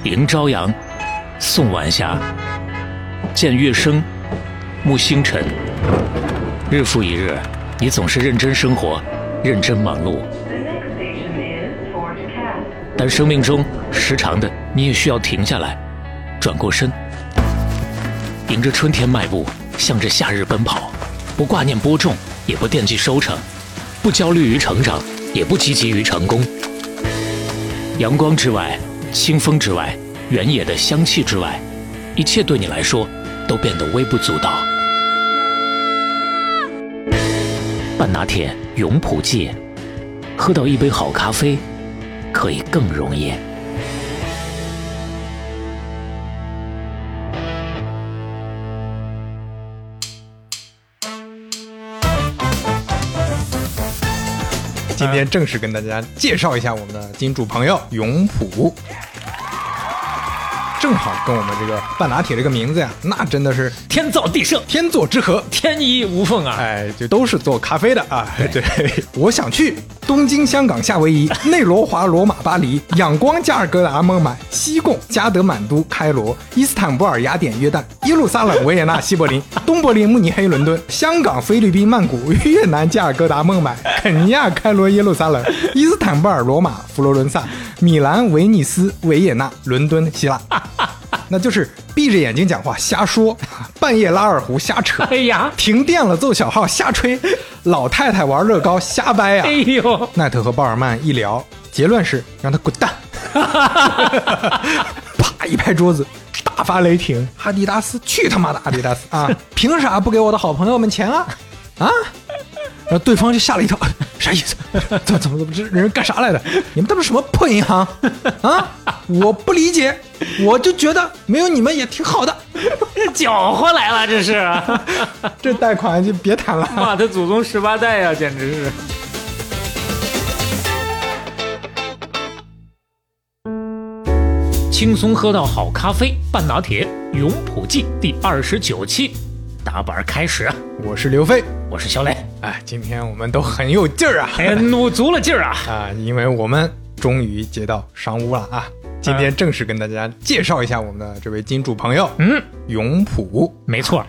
迎朝阳，送晚霞，见月升，沐星辰。日复一日，你总是认真生活，认真忙碌。但生命中时常的，你也需要停下来，转过身，迎着春天迈步，向着夏日奔跑，不挂念播种，也不惦记收成，不焦虑于成长，也不积极于成功。阳光之外，清风之外，原野的香气之外，一切对你来说都变得微不足道。半拿铁永璞记，喝到一杯好咖啡可以更容易。 今天正式跟大家介绍一下我们的金主朋友永璞，正好跟我们这个半拿铁这个名字呀，那真的是天造地设， 天作之合， 天衣无缝啊！ 哎，就都是做咖啡的啊。对，我想去东京、香港、夏威夷、内罗华、罗马、巴黎、仰光、加尔各答、孟买、西贡、加德满都、开罗、伊斯坦布尔、雅典、约旦、耶路撒冷、维也纳、西柏林、东柏林、慕尼黑、伦敦、香港、菲律宾、曼谷、越南、加尔各答、孟买、肯尼亚、开罗、耶路撒冷、伊斯坦布尔、罗马、佛罗伦萨、米兰、威尼斯、维也纳、伦敦、希腊。那就是闭着眼睛讲话瞎说，半夜拉二胡瞎扯， 哎呀， 停电了奏小号瞎吹，老太太玩乐高瞎掰啊！ 哎呦， 奈特和鲍尔曼一聊，结论是让他滚蛋，啪一拍桌子，大发雷霆，阿迪达斯去他妈的阿迪达斯啊！凭啥不给我的好朋友们钱啊？啊！然后对方就吓了一跳，啥意思？怎么这人干啥来的？你们他妈什么破银行啊？我不理解，我就觉得没有你们也挺好的。 搅和来了，这是这贷款就别谈了， 骂他祖宗18代呀，简直是。轻松喝到好咖啡，半拿铁永璞记第29期打板开始。 我是刘飞， 我是小磊。 哎，今天我们都很有劲儿啊， 努足了劲儿啊！ 啊，因为我们终于接到商务了啊！今天正式跟大家介绍一下我们的这位金主朋友，永璞， 没错。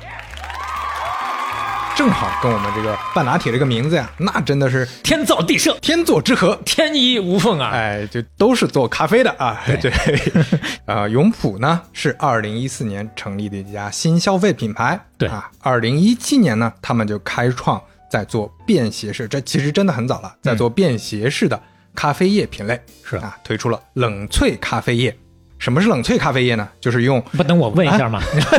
正好跟我们这个半拿铁这个名字呀，那真的是天造地设， 天作之合， 天衣无缝啊！ 哎，就都是做咖啡的啊。对，永璞呢是2014年成立的一家新消费品牌。 对啊，2017年呢，他们就开创在做便携式，这其实真的很早了，在做便携式的咖啡液品类， 是啊，推出了冷萃咖啡液。什么是冷萃咖啡液呢？就是用不等我问一下吗？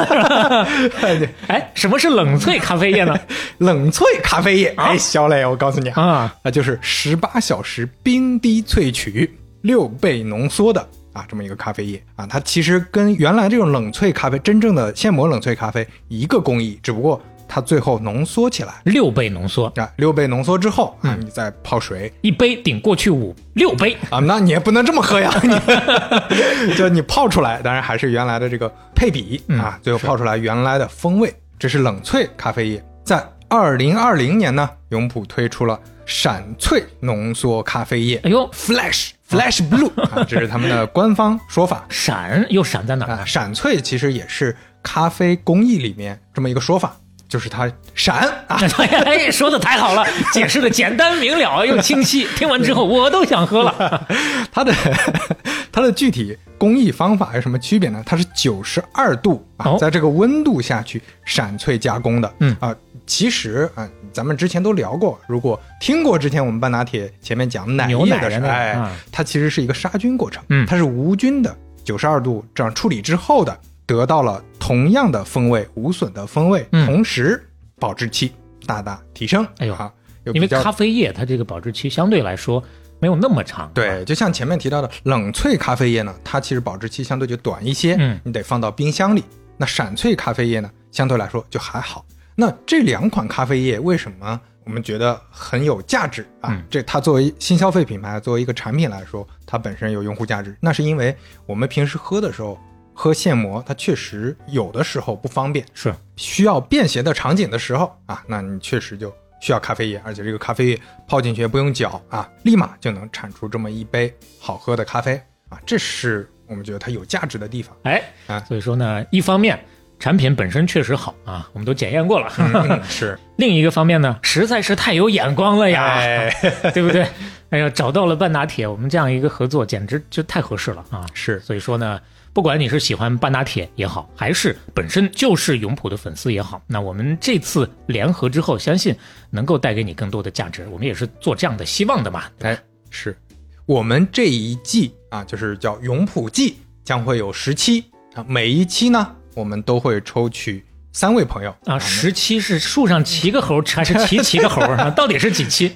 哎，什么是冷萃咖啡液呢？ 冷萃咖啡液，哎，小磊，我告诉你啊，那就是18小时冰滴萃取6倍浓缩的啊，这么一个咖啡液啊。它其实跟原来这种冷萃咖啡真正的现磨冷萃咖啡一个工艺，只不过它最后浓缩起来 6倍浓缩啊，6倍浓缩之后啊，你再泡水 ，1杯顶过去6杯啊，那你也不能这么喝呀，就你泡出来，当然还是原来的这个配比啊，最后泡出来原来的风味，这是冷萃咖啡液。在2020年呢，永璞推出了闪萃浓缩咖啡液， 哎呦 ，Flash Blue 啊，这是他们的官方说法。 闪又闪在哪儿？ 闪萃其实也是咖啡工艺里面这么一个说法。就是它闪啊！ 哎，说的太好了，解释的简单明了又清晰，听完之后我都想喝了。 它的具体工艺方法有什么区别呢？它是92度啊，在这个温度下去闪萃加工的。其实啊，咱们之前都聊过，如果听过之前我们半拿铁前面讲奶液的时候，它其实是一个杀菌过程，它是无菌的92度这样处理之后的。得到了同样的风味，无损的风味，同时保质期大大提升。 哎呦啊，因为咖啡液它这个保质期相对来说没有那么长。 对，就像前面提到的冷萃咖啡液呢，它其实保质期相对就短一些，你得放到冰箱里。那闪萃咖啡液呢，相对来说就还好。那这2款咖啡液为什么我们觉得很有价值啊？这它作为新消费品牌，作为一个产品来说，它本身有用户价值，那是因为我们平时喝的时候。喝现磨它确实有的时候不方便， 是需要便携的场景的时候啊，那你确实就需要咖啡液，而且这个咖啡液泡进去也不用搅啊，立马就能产出这么一杯好喝的咖啡啊，这是我们觉得它有价值的地方。 所以说呢，一方面产品本身确实好啊，我们都检验过了。 是。 另一个方面呢，实在是太有眼光了呀，对不对？哎呀，找到了半打铁，我们这样一个合作简直就太合适了啊！ 是。 所以说呢，不管你是喜欢半打铁也好，还是本身就是永璞的粉丝也好，那我们这次联合之后，相信能够带给你更多的价值，我们也是做这样的希望的嘛。 是。我们这一季啊，就是叫永璞季，将会有10期啊，每一期呢，我们都会抽取3位朋友啊。17是树上骑个猴，还是骑个猴啊？到底是几期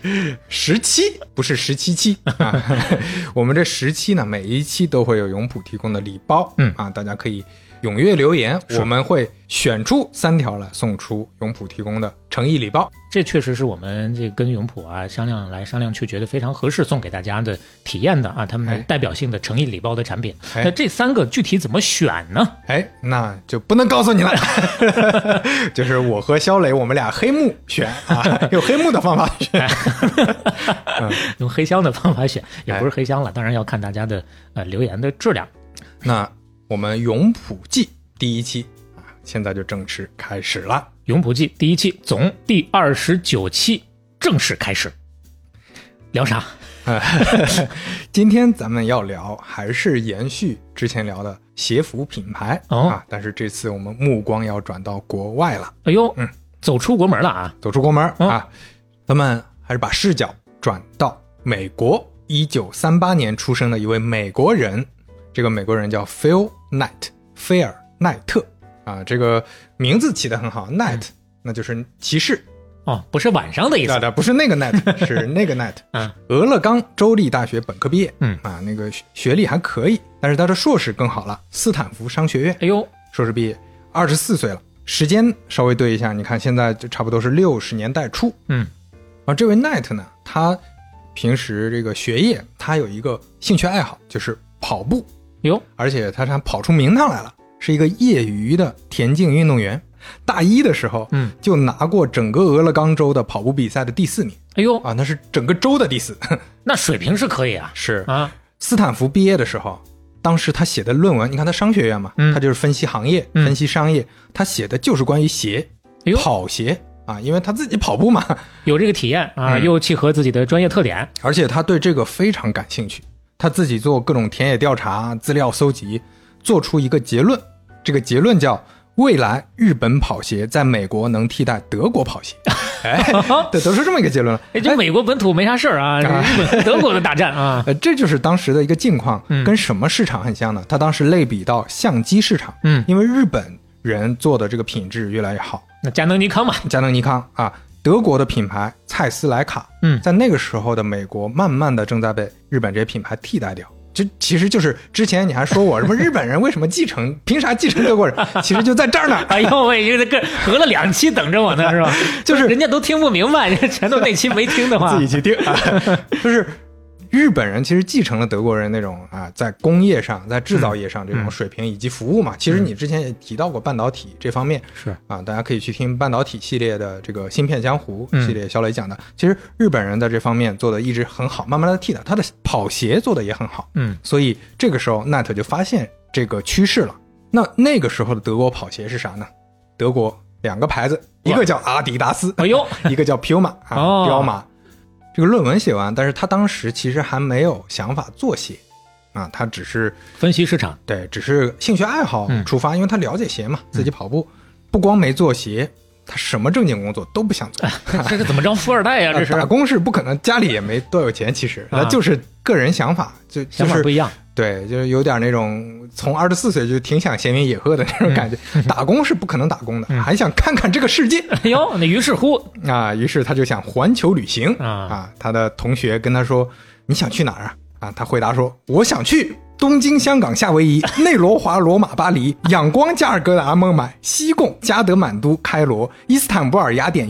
？17不是17期啊。我们这10期呢，每一期都会有永璞提供的礼包，大家可以踊跃留言，我们会选出3条来送出永璞提供的诚意礼包。 这确实是我们这跟永璞啊商量来商量去，觉得非常合适送给大家的体验的啊，他们代表性的诚意礼包的产品。那这3个具体怎么选呢？ 那就不能告诉你了。就是我和肖磊我们俩黑幕选啊，用黑幕的方法选。 用黑箱的方法选，也不是黑箱了，当然要看大家的留言的质量。 那我们永璞季第1期啊，现在就正式开始了。 永璞季第1期总第29期正式开始。聊啥？ 今天咱们要聊还是延续之前聊的鞋服品牌啊，但是这次我们目光要转到国外了。 走出国门了啊！ 走出国门啊！咱们还是把视角转到美国，1938年出生的一位美国人，这个美国人叫 Phil Knight， 菲尔奈特啊，这个名字起得很好，Knight 那就是骑士不是晚上的意思， 不是那个 Knight， 是那个 Knight。俄勒冈州立大学本科毕业，那个学历还可以，但是他的硕士更好了，斯坦福商学院，硕士毕业，24岁了。时间稍微对一下，你看现在就差不多是60年代初。这位 Knight 呢，他平时这个学业，他有一个兴趣爱好，就是跑步。而且他跑出名堂来了，是一个业余的田径运动员。大1的时候，就拿过整个俄勒冈州的跑步比赛的第4名。那是整个州的第4。 那水平是可以啊。 是啊。斯坦福毕业的时候，当时他写的论文，你看他商学院嘛，他就是分析行业、分析商业，他写的就是关于鞋，跑鞋啊，因为他自己跑步嘛， 有这个体验啊，又契合自己的专业特点， 而且他对这个非常感兴趣，他自己做各种田野调查、资料搜集，做出一个结论，这个结论叫未来日本跑鞋在美国能替代德国跑鞋。对，得出这么一个结论了。 这美国本土没啥事儿啊，日本德国的大战啊。 这就是当时的一个境况，跟什么市场很像呢？他当时类比到相机市场，因为日本人做的这个品质越来越好。 那佳能尼康嘛， 佳能尼康啊，德国的品牌蔡司莱卡，在那个时候的美国，慢慢的正在被日本这些品牌替代掉。这其实就是之前你还说我什么日本人为什么继承，凭啥继承德国人？其实就在这儿呢。 哎呦喂，这个隔了2期等着我呢，是吧？就是人家都听不明白，全都那期没听的话， 自己去听啊。就是日本人其实继承了德国人那种在工业上、在制造业上这种水平以及服务嘛。其实你之前也提到过半导体这方面， 是啊，大家可以去听半导体系列的这个芯片江湖系列，肖磊讲的。其实日本人在这方面做的一直很好，慢慢的替代，他的跑鞋做的也很好。所以这个时候 Knight 就发现这个趋势了。那个时候的德国跑鞋是啥呢？德国2个牌子，一个叫阿迪达斯，一个叫 Puma 彪马。这个论文写完，但是他当时其实还没有想法做鞋啊，他只是分析市场， 对，只是兴趣爱好出发，因为他了解鞋嘛，自己跑步，不光没做鞋，他什么正经工作都不想做。 这是怎么着富二代呀？这是打工是不可能，家里也没多有钱，其实他就是个人想法， 想法不一样。 对，就是有点那种从24岁就挺想闲云野鹤的那种感觉。打工是不可能打工的，还想看看这个世界。 那于是乎于是他就想环球旅行他的同学跟他说：“你想去哪儿啊？”他回答说：“我想去东京、香港、夏威夷、内罗华、罗马、巴黎、仰光、加尔各答、孟买、西贡、加德满都、开罗、伊斯坦布尔、雅典、约旦、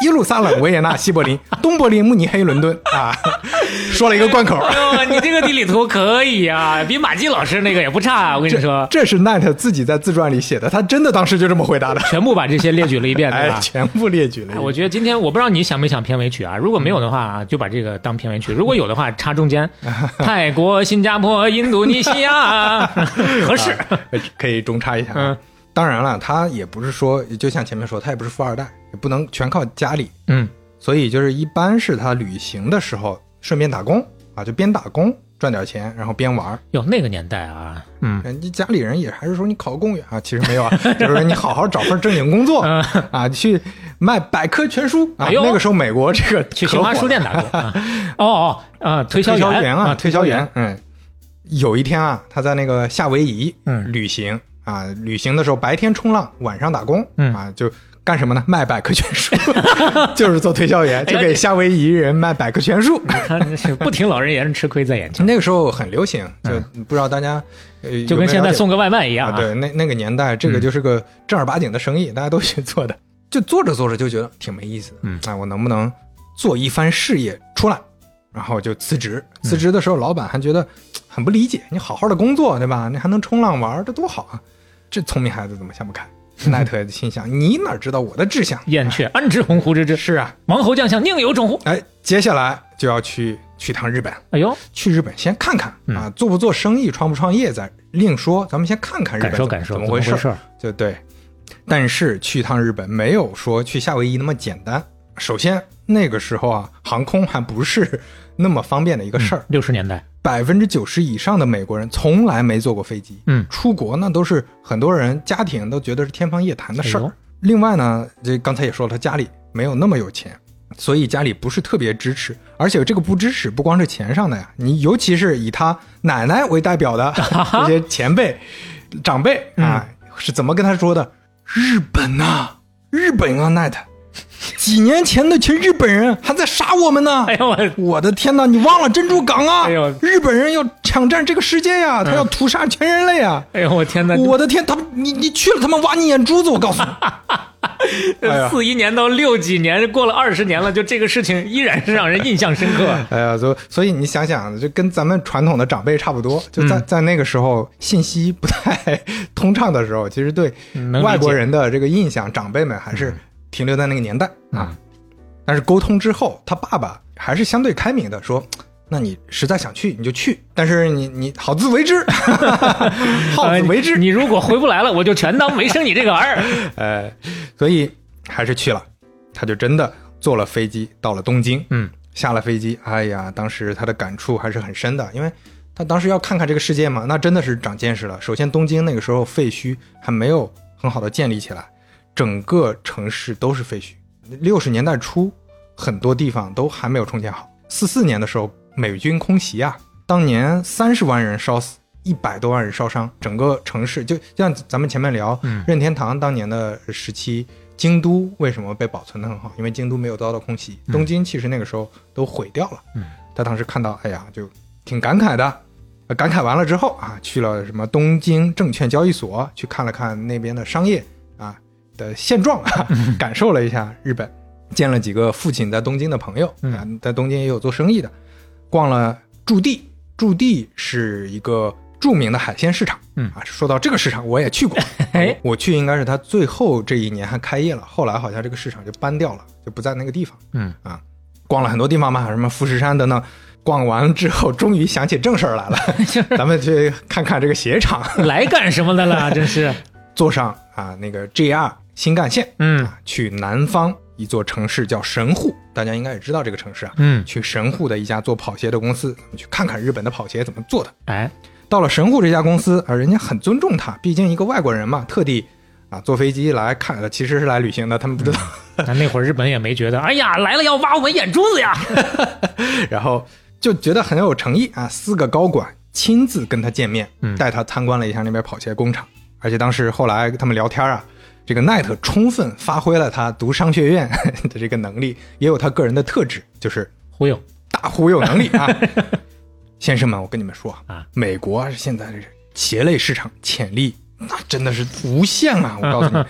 耶路撒冷、维也纳、西柏林、东柏林、慕尼黑、伦敦啊，说了一个贯口。 你这个地理图可以啊，比马季老师那个也不差啊，我跟你说。 这是奈特自己在自传里写的，他真的当时就这么回答的， 全部把这些列举了一遍，对吧？ 全部列举了一遍。 我觉得今天我不知道你想没想片尾曲啊，如果没有的话，就把这个当片尾曲；如果有的话，插中间。泰国、新加坡、印度尼西亚，合适， 可以中插一下。当然了，他也不是说，就像前面说，他也不是富二代，也不能全靠家里。所以就是一般是他旅行的时候顺便打工啊，就边打工赚点钱，然后边玩。 哟，那个年代啊， 你家里人也还是说你考个公务员啊，其实没有啊，就是说你好好找份正经工作啊，去卖百科全书啊。那个时候美国这个去新华书店打工推销员啊， 推销员。有一天啊，他在那个夏威夷旅行啊，旅行的时候白天冲浪，晚上打工啊，就干什么呢？卖百科全书，就是做推销员，就给夏威夷人卖百科全书。 不听老人言，吃亏在眼前。 那个时候很流行，就不知道大家就跟现在送个外卖一样啊。 对，那个年代，这个就是个正儿八经的生意，大家都去做的。就做着做着就觉得挺没意思的，我能不能做一番事业出来？然后就辞职。辞职的时候，老板还觉得很不理解，你好好的工作，对吧？你还能冲浪玩，这多好啊！这聪明孩子怎么想不开？奈特心想，你哪知道我的志向？ 燕雀安知鸿鹄之志？ 是啊， 王侯将相宁有种乎？ 接下来就要去趟日本。去日本先看看啊，做不做生意，创不创业再另说。咱们先看看日本感受怎么回事，就对。但是去趟日本没有说去夏威夷那么简单。首先那个时候啊，航空还不是那么方便的一个事儿。 60年代 ，90%以上的美国人从来没坐过飞机。出国那都是很多人家庭都觉得是天方夜谭的事儿。另外呢，这刚才也说了，他家里没有那么有钱，所以家里不是特别支持。而且这个不支持不光是钱上的呀，你尤其是以他奶奶为代表的这些前辈长辈啊，是怎么跟他说的？日本啊，奈特。几年前的群日本人还在杀我们呢！我的天哪，你忘了珍珠港啊！日本人要抢占这个世界呀，他要屠杀全人类啊！ 我天哪！ 我的天，你去了，他们挖你眼珠子！我告诉你 ，41年到60几年，过了20年了，就这个事情依然是让人印象深刻。 所以你想想，就跟咱们传统的长辈差不多，就在那个时候信息不太通畅的时候，其实对外国人的这个印象，长辈们还是停留在那个年代啊。但是沟通之后，他爸爸还是相对开明的，说那你实在想去你就去，但是你好自为之。好自为之， 你如果回不来了，我就全当没生你这个儿。 所以还是去了。他就真的坐了飞机到了东京。下了飞机，哎呀，当时他的感触还是很深的，因为他当时要看看这个世界嘛，那真的是长见识了。首先东京那个时候废墟还没有很好的建立起来，整个城市都是废墟。60年代初很多地方都还没有重建好。44年的时候美军空袭啊，当年30万人烧死，100多万人烧伤，整个城市就像咱们前面聊任天堂当年的时期，京都为什么被保存得很好？因为京都没有遭到空袭，东京其实那个时候都毁掉了。他当时看到，哎呀，就挺感慨的。感慨完了之后啊，去了什么东京证券交易所，去看了看那边的商业啊的现状啊，感受了一下日本，见了几个父亲在东京的朋友啊，在东京也有做生意的，逛了筑地。筑地是一个著名的海鲜市场啊。说到这个市场我也去过，我去应该是他最后这一年还开业了，后来好像这个市场就搬掉了，就不在那个地方。逛了很多地方嘛，什么富士山等等。逛完之后终于想起正事儿来了，咱们去看看这个鞋厂。 来干什么的啦？真是坐上啊那个 JR 新干线，去南方一座城市叫神户，大家应该也知道这个城市啊。去神户的一家做跑鞋的公司，去看看日本的跑鞋怎么做的。到了神户这家公司啊，人家很尊重他，毕竟一个外国人嘛，特地啊坐飞机来看的，其实是来旅行的，他们不知道。 那会儿日本也没觉得，哎呀来了要挖我们眼珠子呀。 然后就觉得很有诚意啊，4个高管亲自跟他见面，带他参观了一下那边跑鞋工厂。而且当时后来他们聊天啊，这个奈特充分发挥了他读商学院的这个能力，也有他个人的特质，就是忽悠， 大忽悠能力啊。先生们，我跟你们说啊，美国现在这鞋类市场潜力那真的是无限啊！我告诉你，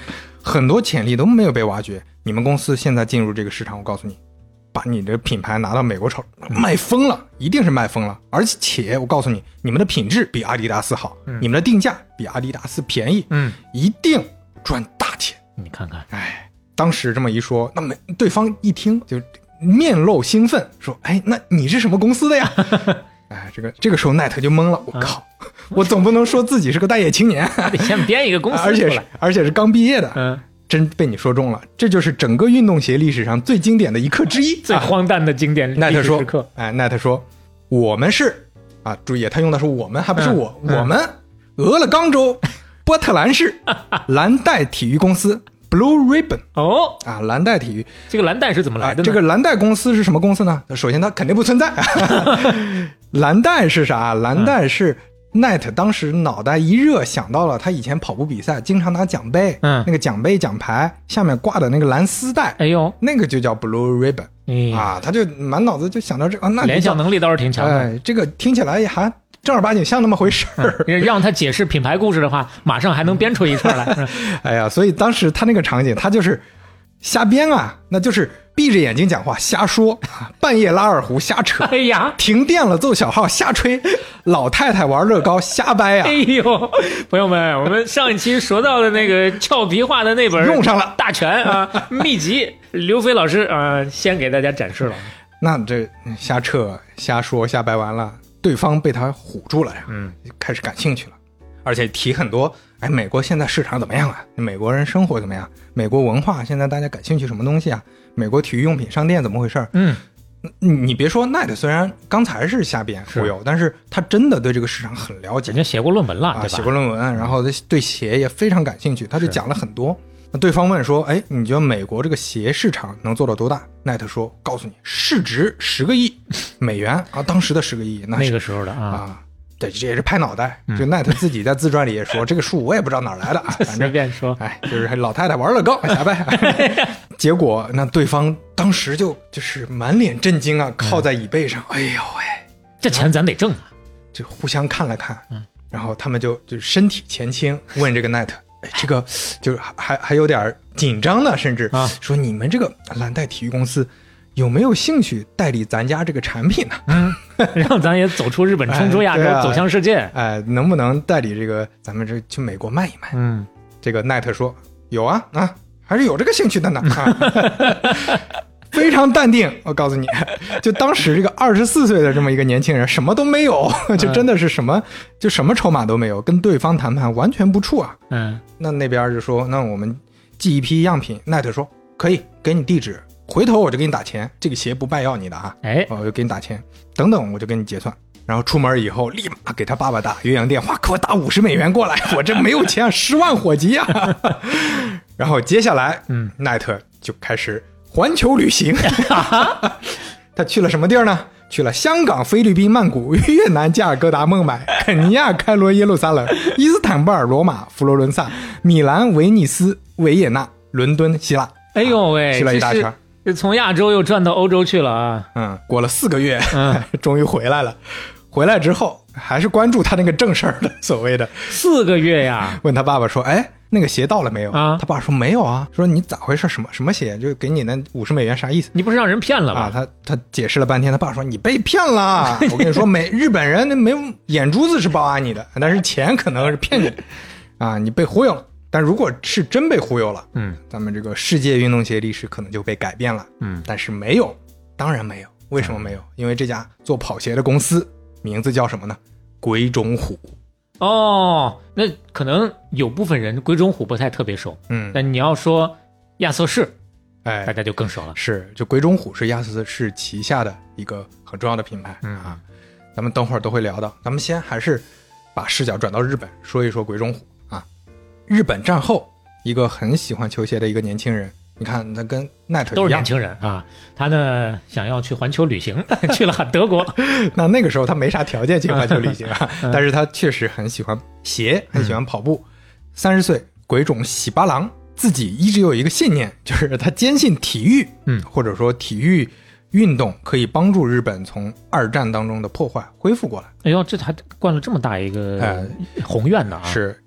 很多潜力都没有被挖掘。你们公司现在进入这个市场，我告诉你，把你的品牌拿到美国炒，卖疯了，一定是卖疯了。而且我告诉你，你们的品质比阿迪达斯好，你们的定价比阿迪达斯便宜，一定赚大钱。 你看看， 哎，当时这么一说，那么对方一听就面露兴奋，说：“哎，那你是什么公司的呀？”哎，这个时候奈特就懵了，我靠，我总不能说自己是个待业青年， 得先编一个公司而且是刚毕业的，真被你说中了，这就是整个运动鞋历史上最经典的一刻之一， 最荒诞的经典历史时刻。 奈特说，我们是啊，注意，他用的是我们，还不是我，我们俄勒冈州波特兰市蓝带体育公司。Blue Ribbon 哦啊，蓝带体育， 这个蓝带是怎么来的呢？ 这个蓝带公司是什么公司呢？首先它肯定不存在。蓝带是啥？蓝带是奈特当时脑袋一热想到了他以前跑步比赛经常拿奖杯，那个奖杯奖牌下面挂的那个蓝丝带， 哎呦， 那个就叫 Blue Ribbon，啊，他就满脑子就想到这个，那联想能力倒是挺强的。 哎，这个听起来也还正儿八经像那么回事儿。 让他解释品牌故事的话，马上还能编出一串来。 哎呀，所以当时他那个场景，他就是瞎编啊，那就是闭着眼睛讲话瞎说，半夜拉二胡瞎扯， 哎呀， 停电了奏小号瞎吹，老太太玩乐高瞎掰啊。 哎呦，朋友们，我们上一期说到的那个俏皮话的那本用上了大全啊秘籍，刘飞老师啊先给大家展示了。 那这瞎扯瞎说瞎掰完了，对方被他唬住了呀，开始感兴趣了，而且提很多，哎，美国现在市场怎么样啊？美国人生活怎么样？美国文化现在大家感兴趣什么东西啊？美国体育用品商店怎么回事？你别说奈特虽然刚才是瞎编忽悠，但是他真的对这个市场很了解， 人家写过论文了，对吧？ 写过论文，然后对鞋也非常感兴趣，他就讲了很多。那对方问说，哎，你觉得美国这个鞋市场能做到多大？奈特说，告诉你，市值10个亿美元啊，当时的10个亿， 那个时候的啊。 对，这也是拍脑袋。就奈特自己在自传里也说，这个数我也不知道哪儿来的啊，反正随便说， 哎，就是老太太玩乐高瞎掰。结果那对方当时就是满脸震惊啊，靠在椅背上，哎呦喂， 这钱咱得挣啊！ 就互相看了看，然后他们就身体前倾，问这个奈特，哎，这个就还有点紧张呢，甚至说你们这个蓝带体育公司有没有兴趣代理咱家这个产品呢？ 让咱也走出日本，冲出亚洲，走向世界。 哎，能不能代理这个咱们这去美国卖一卖？这个奈特说有啊，还是有这个兴趣的呢。非常淡定，我告诉你，就当时这个24岁的这么一个年轻人，什么都没有，就真的是什么筹码都没有，跟对方谈判完全不怵啊。那边就说，那我们寄一批样品。奈特说可以，给你地址，回头我就给你打钱，这个鞋不败要你的啊，我就给你打钱，等等我就给你结算。然后出门以后立马给他爸爸打越洋电话，给我打50美元过来，我这没有钱啊，10万火急啊。然后接下来奈特就开始环球旅行。他去了什么地儿呢？去了香港、菲律宾、曼谷、越南、加尔各答、孟买、肯尼亚、开罗、耶路撒冷、伊斯坦布尔、罗马、佛罗伦萨、米兰、威尼斯、维也纳、伦敦、希腊。 哎呦喂， 去了一大圈， 从亚洲又转到欧洲去了啊！ 过了4个月，终于回来了。回来之后还是关注他那个正事儿的，所谓的 4个月呀。 问他爸爸说，哎，那个鞋到了没有啊？他爸说没有啊。说你咋回事？什么鞋？就给你那50美元啥意思？ 你不是让人骗了吗？ 他解释了半天，他爸说你被骗了。我跟你说，日本人没有眼珠子是报案你的，但是钱可能是骗你的啊，你被忽悠了。但如果是真被忽悠了，咱们这个世界运动鞋历史可能就被改变了。但是没有，当然没有。为什么没有？因为这家做跑鞋的公司名字叫什么呢？鬼冢虎。 哦，那可能有部分人鬼冢虎不太特别熟，但你要说亚瑟士，哎，大家就更熟了。 是，就鬼冢虎是亚瑟士旗下的一个很重要的品牌啊。咱们等会儿都会聊到，咱们先还是把视角转到日本，说一说鬼冢虎啊。日本战后一个很喜欢球鞋的一个年轻人，你看他跟奈特一样都是年轻人啊，他呢想要去环球旅行，去了德国。 那个时候他没啥条件去环球旅行啊，但是他确实很喜欢鞋，很喜欢跑步。30岁，鬼冢喜八郎自己一直有一个信念，就是他坚信体育，或者说体育运动可以帮助日本从2战当中的破坏恢复过来。 哎呦，这还灌了这么大一个宏愿呢啊！ 是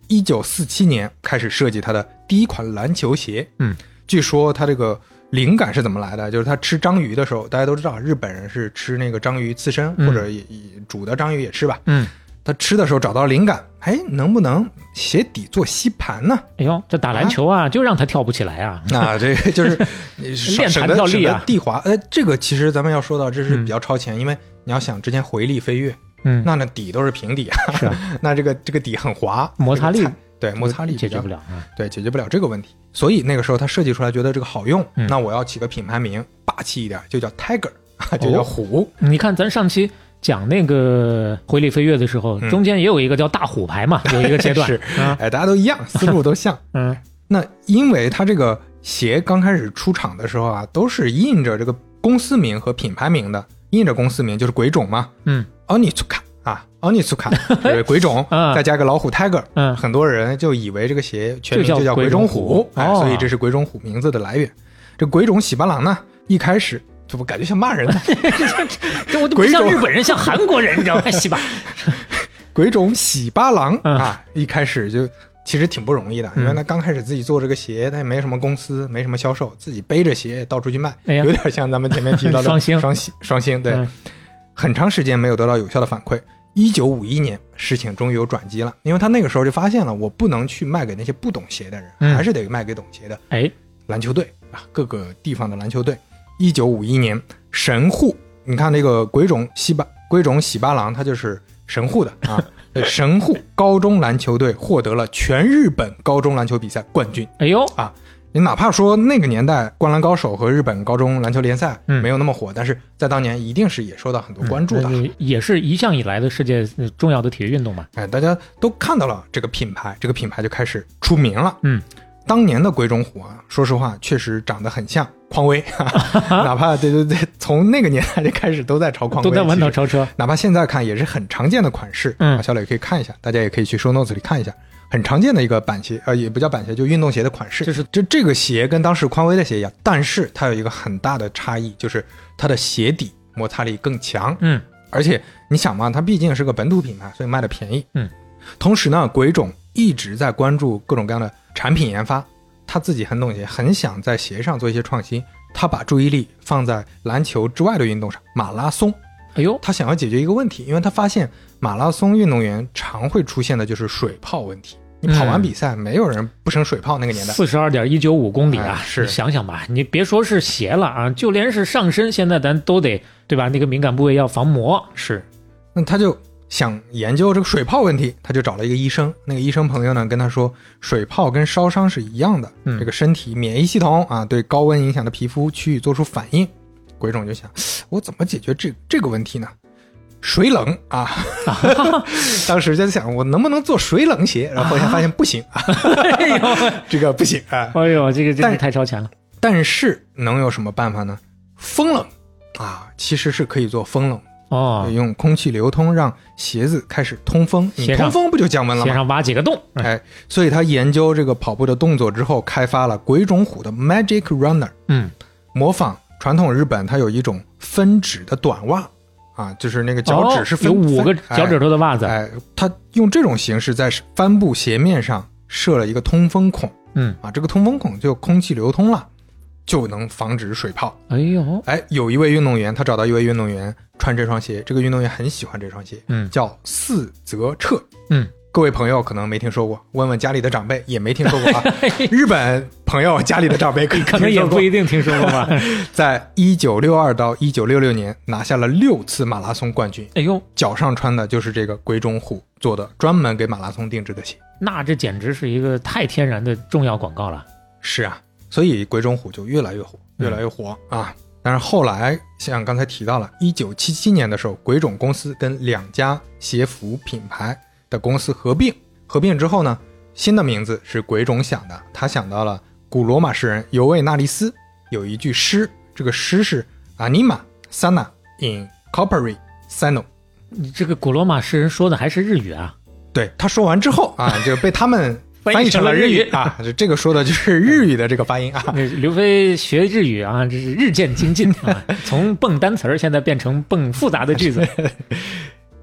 1947年开始设计他的第一款篮球鞋。据说他这个灵感是怎么来的，就是他吃章鱼的时候，大家都知道日本人是吃那个章鱼刺身，或者也煮的章鱼也吃吧。他吃的时候找到灵感，能不能鞋底做吸盘呢？ 哎呦，这打篮球啊，就让他跳不起来啊！ 这个就是练弹跳力啊， 地滑。这个其实咱们要说到，这是比较超前，因为你要想之前回力飞跃，那底都是平底啊， 是那这个底很滑， 摩擦力对摩擦力解决不了啊， 对，解决不了这个问题。所以那个时候他设计出来，觉得这个好用，那我要起个品牌名，霸气一点，就叫 Tiger， 就叫虎。 你看咱上期讲那个回力飞跃的时候，中间也有一个叫大虎牌嘛，有一个阶段是，大家都一样，思路都像。那因为它这个鞋刚开始出厂的时候啊，都是印着这个公司名和品牌名的，印着公司名就是鬼冢嘛，Onitsuka 啊，Onitsuka 鬼冢，再加个老虎 Tiger，很多人就以为这个鞋全名就叫鬼冢虎，所以这是鬼冢虎名字的来源。这鬼冢喜八郎呢，一开始这不感觉像骂人呢？ 这我都不像日本人，像韩国人，你知道吗？喜吧， 鬼冢喜八郎一开始就其实挺不容易的，因为他刚开始自己做这个鞋，他也没什么公司，没什么销售，自己背着鞋到处去卖，有点像咱们前面提到的双星，对，很长时间没有得到有效的反馈。1951年，事情终于有转机了，因为他那个时候就发现了，我不能去卖给那些不懂鞋的人，还是得卖给懂鞋的篮球队啊，各个地方的篮球队。1951年，神户，你看那个鬼冢喜八郎，他就是神户的啊。神户高中篮球队获得了全日本高中篮球比赛冠军。 哎呦啊！你哪怕说那个年代灌篮高手和日本高中篮球联赛没有那么火，但是在当年一定是也受到很多关注的， 也是一向以来的世界重要的体育运动嘛。 大家都看到了这个品牌，这个品牌就开始出名了。当年的鬼冢虎啊，说实话确实长得很像匡威，哪怕对，从那个年代就开始都在朝匡威， 都在弯道超车。 哪怕现在看也是很常见的款式，小磊可以看一下，大家也可以去 show notes 里看一下，很常见的一个板鞋，也不叫板鞋，就运动鞋的款式。就是这个鞋跟当时匡威的鞋一样，但是它有一个很大的差异，就是它的鞋底摩擦力更强。而且你想嘛，它毕竟是个本土品牌，所以卖的便宜。同时呢，鬼冢一直在关注各种各样的产品研发，他自己很懂鞋，很想在鞋上做一些创新。他把注意力放在篮球之外的运动上，马拉松。 哎呦， 他想要解决一个问题，因为他发现马拉松运动员常会出现的就是水泡问题。你跑完比赛，没有人不生水泡，那个年代 42.195公里啊， 是你想想吧，你别说是鞋了啊，就连是上身，现在咱都得对吧？那个敏感部位要防磨。 是，那他就想研究这个水泡问题，他就找了一个医生。那个医生朋友呢跟他说，水泡跟烧伤是一样的，这个身体免疫系统啊对高温影响的皮肤区域做出反应。鬼冢就想，我怎么解决这个问题呢？水冷啊！当时在想，我能不能做水冷鞋？然后后来发现不行啊，这个不行啊！ 哎呦，这个真是太超前了。 但是能有什么办法呢？风冷啊，其实是可以做风冷。用空气流通让鞋子开始通风，你通风不就降温了吗？ 鞋上挖几个洞， 所以他研究这个跑步的动作之后，开发了鬼冢虎的 Magic Runner，模仿传统日本它有一种分指的短袜啊，就是那个脚趾是有5个脚趾头的袜子， 他用这种形式在帆布鞋面上设了一个通风孔，这个通风孔就空气流通了，就能防止水泡。 哎呦， 有一位运动员，他找到一位运动员穿这双鞋，这个运动员很喜欢这双鞋，叫四泽彻。各位朋友可能没听说过，问问家里的长辈也没听说过啊。日本朋友家里的长辈可能也不一定听说过吧。 在1962到1966年拿下了6次马拉松冠军。哎呦，脚上穿的就是这个鬼冢虎做的专门给马拉松定制的鞋。 那这简直是一个太天然的重要广告了。 是啊，所以鬼冢虎就越来越火，越来越火啊。但是后来像刚才提到了1977年的时候，鬼冢公司跟2家鞋服品牌的公司合并之后呢，新的名字是鬼冢想的。他想到了古罗马诗人尤维纳利斯有一句诗，这个诗是 Anima sana in corpore sano。 你这个古罗马诗人说的还是日语啊？ 对，他说完之后啊，就被他们翻译成了日语啊，这个说的就是日语的这个发音啊。 刘飞学日语啊，这是日渐精进啊，从蹦单词现在变成蹦复杂的句子。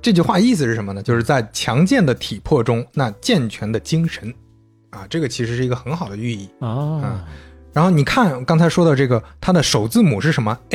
这句话意思是什么呢？就是在强健的体魄中，那健全的精神啊，这个其实是一个很好的寓意然后你看刚才说的这个，它的首字母是什么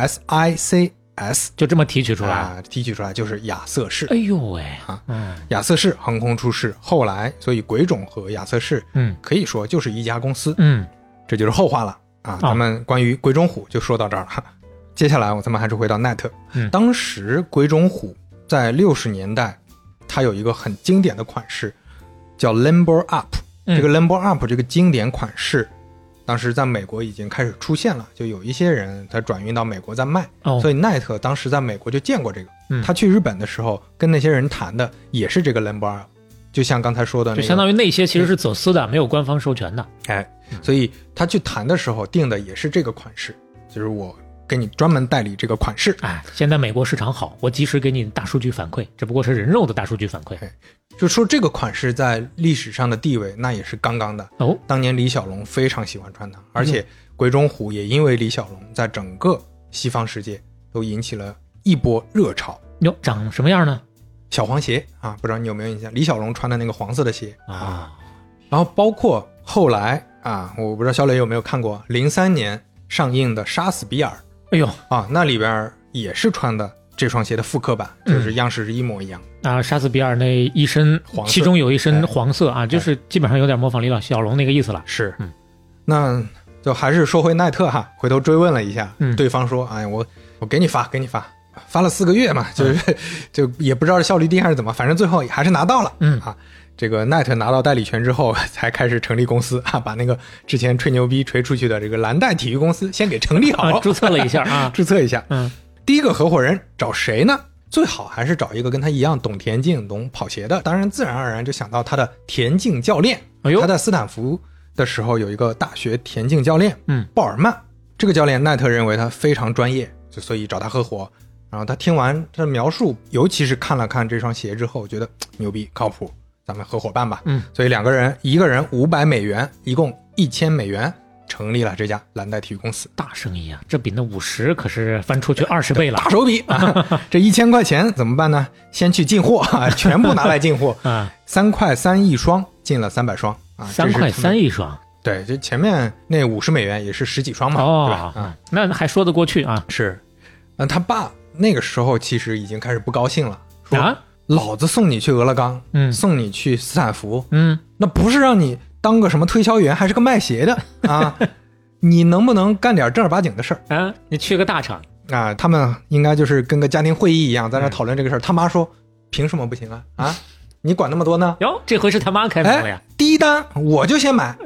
？ASICS， 就这么提取出来提取出来就是亚瑟士。 哎呦喂亚瑟士横空出世，后来所以鬼冢和亚瑟士可以说就是一家公司。这就是后话了咱们关于鬼冢虎就说到这儿了。接下来咱们还是回到奈特。当时鬼冢虎在60年代，它有一个很经典的款式叫 Limber Up。这个 Limber Up 这个经典款式当时在美国已经开始出现了，就有一些人他转运到美国在卖所以奈特当时在美国就见过这个他去日本的时候跟那些人谈的也是这个 Limber Up， 就像刚才说的就相当于那些其实是走私的没有官方授权的所以他去谈的时候定的也是这个款式，就是我给你专门代理这个款式现在美国市场好，我及时给你大数据反馈，只不过是人肉的大数据反馈就说这个款式在历史上的地位那也是杠杠的当年李小龙非常喜欢穿它，而且鬼冢虎也因为李小龙在整个西方世界都引起了一波热潮长什么样呢？ 小黄鞋不知道你有没有印象，李小龙穿的那个黄色的鞋然后包括后来我不知道小磊有没有看过03年上映的杀死比尔那里边也是穿的这双鞋的复刻版就是样式是一模一样杀死比尔那一身黄色，其中有一身黄色就是基本上有点模仿李小龙那个意思了是那就还是说回奈特回头追问了一下对方说我给你发了4个月嘛就也不知道是效率低还是怎么，反正最后还是拿到了这个奈特拿到代理权之后才开始成立公司把那个之前吹牛逼吹出去的这个蓝带体育公司先给成立好注册了一下注册一下第一个合伙人找谁呢？最好还是找一个跟他一样懂田径懂跑鞋的，当然自然而然就想到他的田径教练他在斯坦福的时候有一个大学田径教练鲍尔曼，这个教练奈特认为他非常专业，所以找他合伙。然后他听完他的描述，尤其是看了看这双鞋之后觉得牛逼靠谱，咱们合伙办吧所以两个人一个人$500，一共$1000，成立了这家蓝带体育公司。 大生意这比那50可是翻出去20倍了， 大手笔这1000块钱怎么办呢？先去进货全部拿来进货3块3一双，进了300双 3块3一双对，就前面那$50也是10几双嘛对吧那还说得过去是他爸那个时候其实已经开始不高兴了，说老子送你去俄勒冈送你去斯坦福那不是让你当个什么推销员还是个卖鞋的你能不能干点正儿八经的事儿你去个大厂他们应该就是跟个家庭会议一样在那讨论这个事儿他妈说凭什么不行你管那么多呢？ 这回是他妈开门了呀第一单我就先买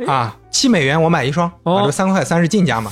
$7我买一双就3块3是进价嘛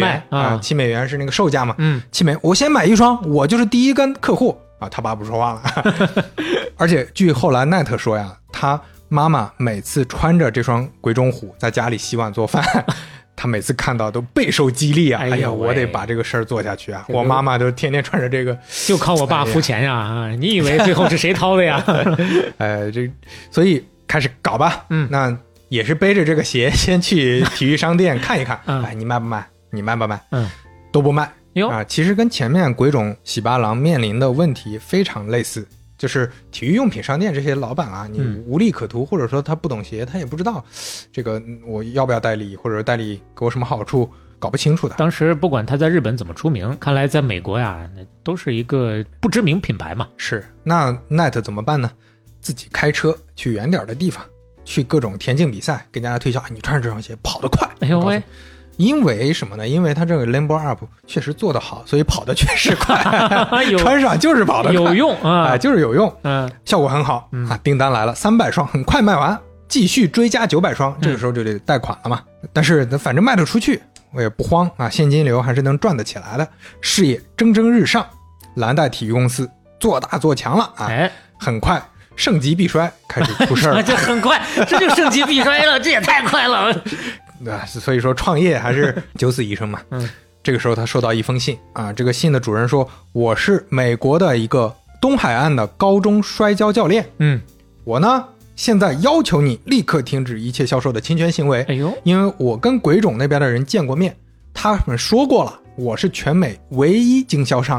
$7$7是那个售价嘛$7我先买一双，我就是第一个客户他爸不说话了而且据后来奈特说呀，他妈妈每次穿着这双鬼冢虎在家里洗碗做饭他每次看到都备受激励我得把这个事儿做下去我妈妈都天天穿着这个， 就靠我爸付钱呀你以为最后是谁掏的呀所以开始搞吧那也是背着这个鞋先去体育商店看一看你卖不卖你卖不卖都不卖其实跟前面鬼冢喜八郎面临的问题非常类似，就是体育用品商店这些老板你无利可图或者说他不懂鞋他也不知道这个我要不要代理或者代理给我什么好处搞不清楚的。 当时不管他在日本怎么出名，看来在美国都是一个不知名品牌嘛。 是，那奈特怎么办呢？自己开车去远点的地方，去各种田径比赛跟大家推销你穿着这双鞋跑得快。因为什么呢？因为他这个 Limber Up 确实做得好，所以跑得确实快穿上就是跑得快， 有用就是有用效果很好订单来了300双很快卖完，继续追加900双这个时候就得贷款了嘛但是反正卖得出去我也不慌现金流还是能赚得起来的，事业蒸蒸日上，蓝带体育公司做大做强了很快盛极必衰开始出事了这很快这就盛极必衰了这也太快了所以说创业还是九死一生嘛这个时候他收到一封信这个信的主人说，我是美国的一个东海岸的高中摔跤教练我呢现在要求你立刻停止一切销售的侵权行为因为我跟鬼冢那边的人见过面，他们说过了我是全美唯一经销商，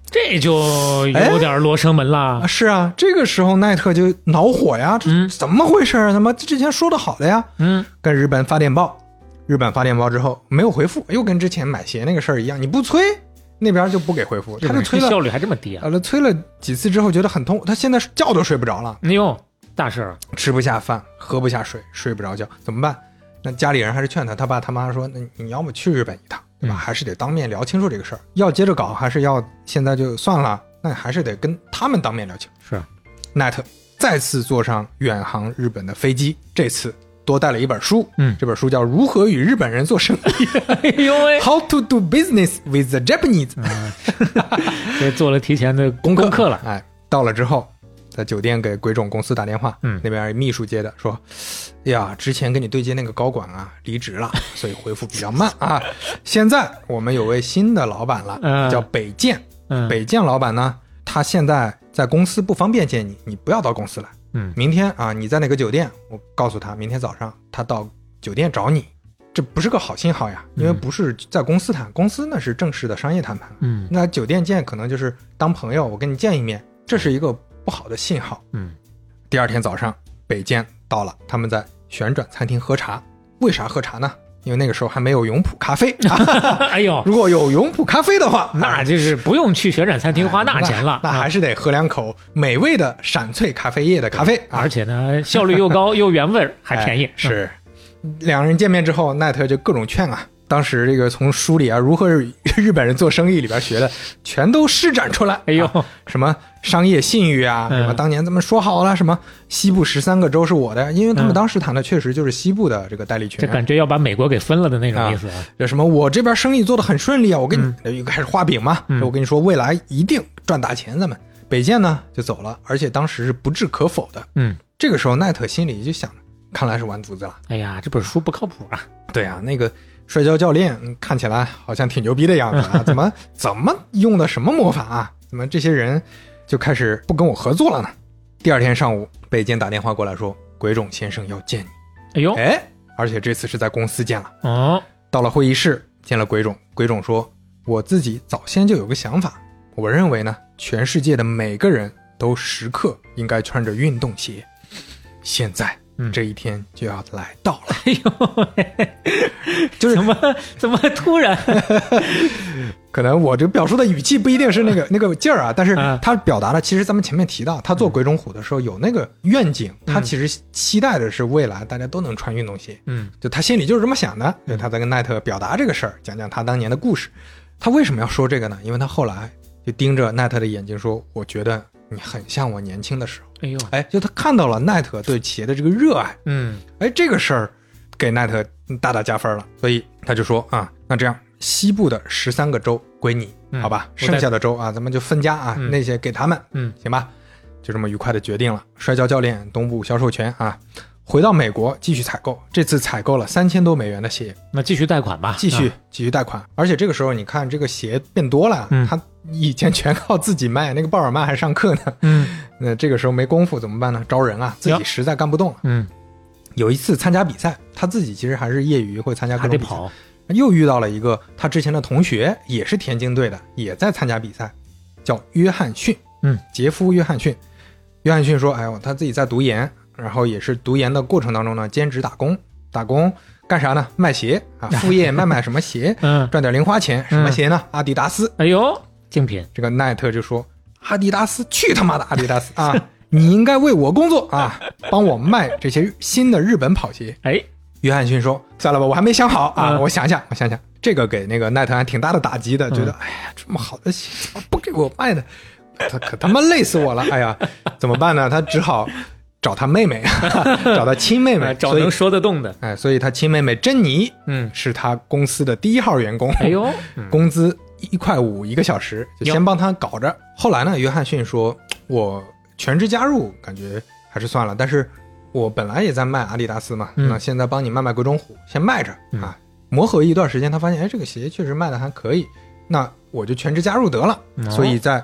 这就有点罗生门啦。 是啊，这个时候奈特就恼火呀，怎么回事啊？他妈之前说的好的呀，跟日本发电报，日本发电报之后没有回复，又跟之前买鞋那个事儿一样，你不催，那边就不给回复，他就催了， 效率还这么低啊？ 催了几次之后觉得很痛苦，他现在觉都睡不着了。 哎呦，大事儿， 吃不下饭，喝不下水，睡不着觉，怎么办？那家里人还是劝他，他爸他妈说，那你要么去日本一趟，对吧？还是得当面聊清楚这个事儿，要接着搞还是要现在就算了？那还是得跟他们当面聊清楚。 是， 奈特再次坐上远航日本的飞机，这次多带了一本书，这本书叫《如何与日本人做生意》 哎呦喂 How to do business with the Japanese 这做了提前的功课了。 哎，到了之后在酒店给鬼冢公司打电话，那边秘书接的，说呀，之前跟你对接那个高管啊离职了，所以回复比较慢啊。现在我们有位新的老板了，叫北见。北见老板呢，他现在在公司不方便见你，你不要到公司来。明天啊，你在哪个酒店，我告诉他，明天早上他到酒店找你。这不是个好信号呀，因为不是在公司谈，公司那是正式的商业谈判。那酒店见可能就是当朋友，我跟你见一面，这是一个不好的信号。第二天早上北见到了，他们在旋转餐厅喝茶。为啥喝茶呢？因为那个时候还没有永璞咖啡。 哎呦， 如果有永璞咖啡的话， 那就是不用去旋转餐厅花那钱了， 那还是得喝两口美味的闪萃咖啡液的咖啡， 而且呢效率又高又原味还便宜。 是，两人见面之后，奈特就各种劝啊。当时这个从书里啊，如何日本人做生意里边学的，全都施展出来。 哎呦， 什么商业信誉啊，什么当年咱们说好了，什么西部13个州是我的，因为他们当时谈的确实就是西部的这个代理权， 这感觉要把美国给分了的那种意思。 这什么我这边生意做得很顺利啊，我跟你又开始画饼嘛，我跟你说未来一定赚大钱，咱们北见呢就走了，而且当时是不置可否的。这个时候奈特心里就想，看来是完犊子了。 哎呀，这本书不靠谱啊。 对啊，那个摔跤教练看起来好像挺牛逼的样子啊，怎么用的什么魔法啊？怎么这些人就开始不跟我合作了呢？第二天上午，北见打电话过来说，鬼冢先生要见你。 哎呦， 而且这次是在公司见了。到了会议室见了鬼冢，鬼冢说，我自己早先就有个想法，我认为呢，全世界的每个人都时刻应该穿着运动鞋。现在这一天就要来到了。 哎呦，就是怎么突然？ 可能我这个表述的语气不一定是那个劲儿啊，但是他表达了，其实咱们前面提到，他做鬼冢虎的时候有那个愿景，他其实期待的是未来大家都能穿运动鞋。就他心里就是这么想的，就他在跟奈特表达这个事儿，讲讲他当年的故事。他为什么要说这个呢？因为他后来就盯着奈特的眼睛说，我觉得你很像我年轻的时候。 哎呦， 就他看到了奈特对企业的这个热爱。这个事儿给奈特大大加分了，所以他就说啊，那这样西部的13个州归你，好吧，剩下的州啊咱们就分家啊，那些给他们，行吧，就这么愉快的决定了。摔跤教练东部销售权啊，回到美国继续采购，这次采购了$3000多的鞋。那继续贷款吧， 继续贷款。而且这个时候你看这个鞋变多了，他以前全靠自己卖，那个鲍尔曼还上课呢。那这个时候没功夫怎么办呢？招人啊，自己实在干不动了。有一次参加比赛，他自己其实还是业余会参加各种比赛，又遇到了一个他之前的同学，也是田径队的，也在参加比赛，叫约翰逊。杰夫约翰逊。约翰逊说，他自己在读研，然后也是读研的过程当中呢，兼职打工干啥呢？卖鞋啊，副业卖什么鞋，赚点零花钱。什么鞋呢？阿迪达斯。 哎呦，精品。 这个奈特就说，阿迪达斯，去他妈的阿迪达斯啊！你应该为我工作啊，帮我卖这些新的日本跑鞋。约翰逊说，算了吧，我还没想好啊，我想想。这个给那个奈特还挺大的打击的，觉得这么好的鞋怎么不给我卖的？他可他妈累死我了！怎么办呢？他只好找他妹妹，找他亲妹妹， 找能说得动的。 所以他亲妹妹珍妮，是他公司的第1号员工。工资1.5块1个小时，就先帮他搞着。后来呢，约翰逊说，我全职加入，感觉还是算了。但是我本来也在卖阿迪达斯嘛，那现在帮你卖鬼冢虎，先卖着啊。磨合一段时间，他发现，这个鞋确实卖的还可以，那我就全职加入得了。所以在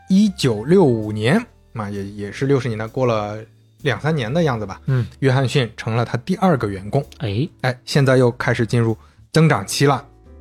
1965年也是60年代，过了2-3年的样子吧。约翰逊成了他第2个员工。现在又开始进入增长期了。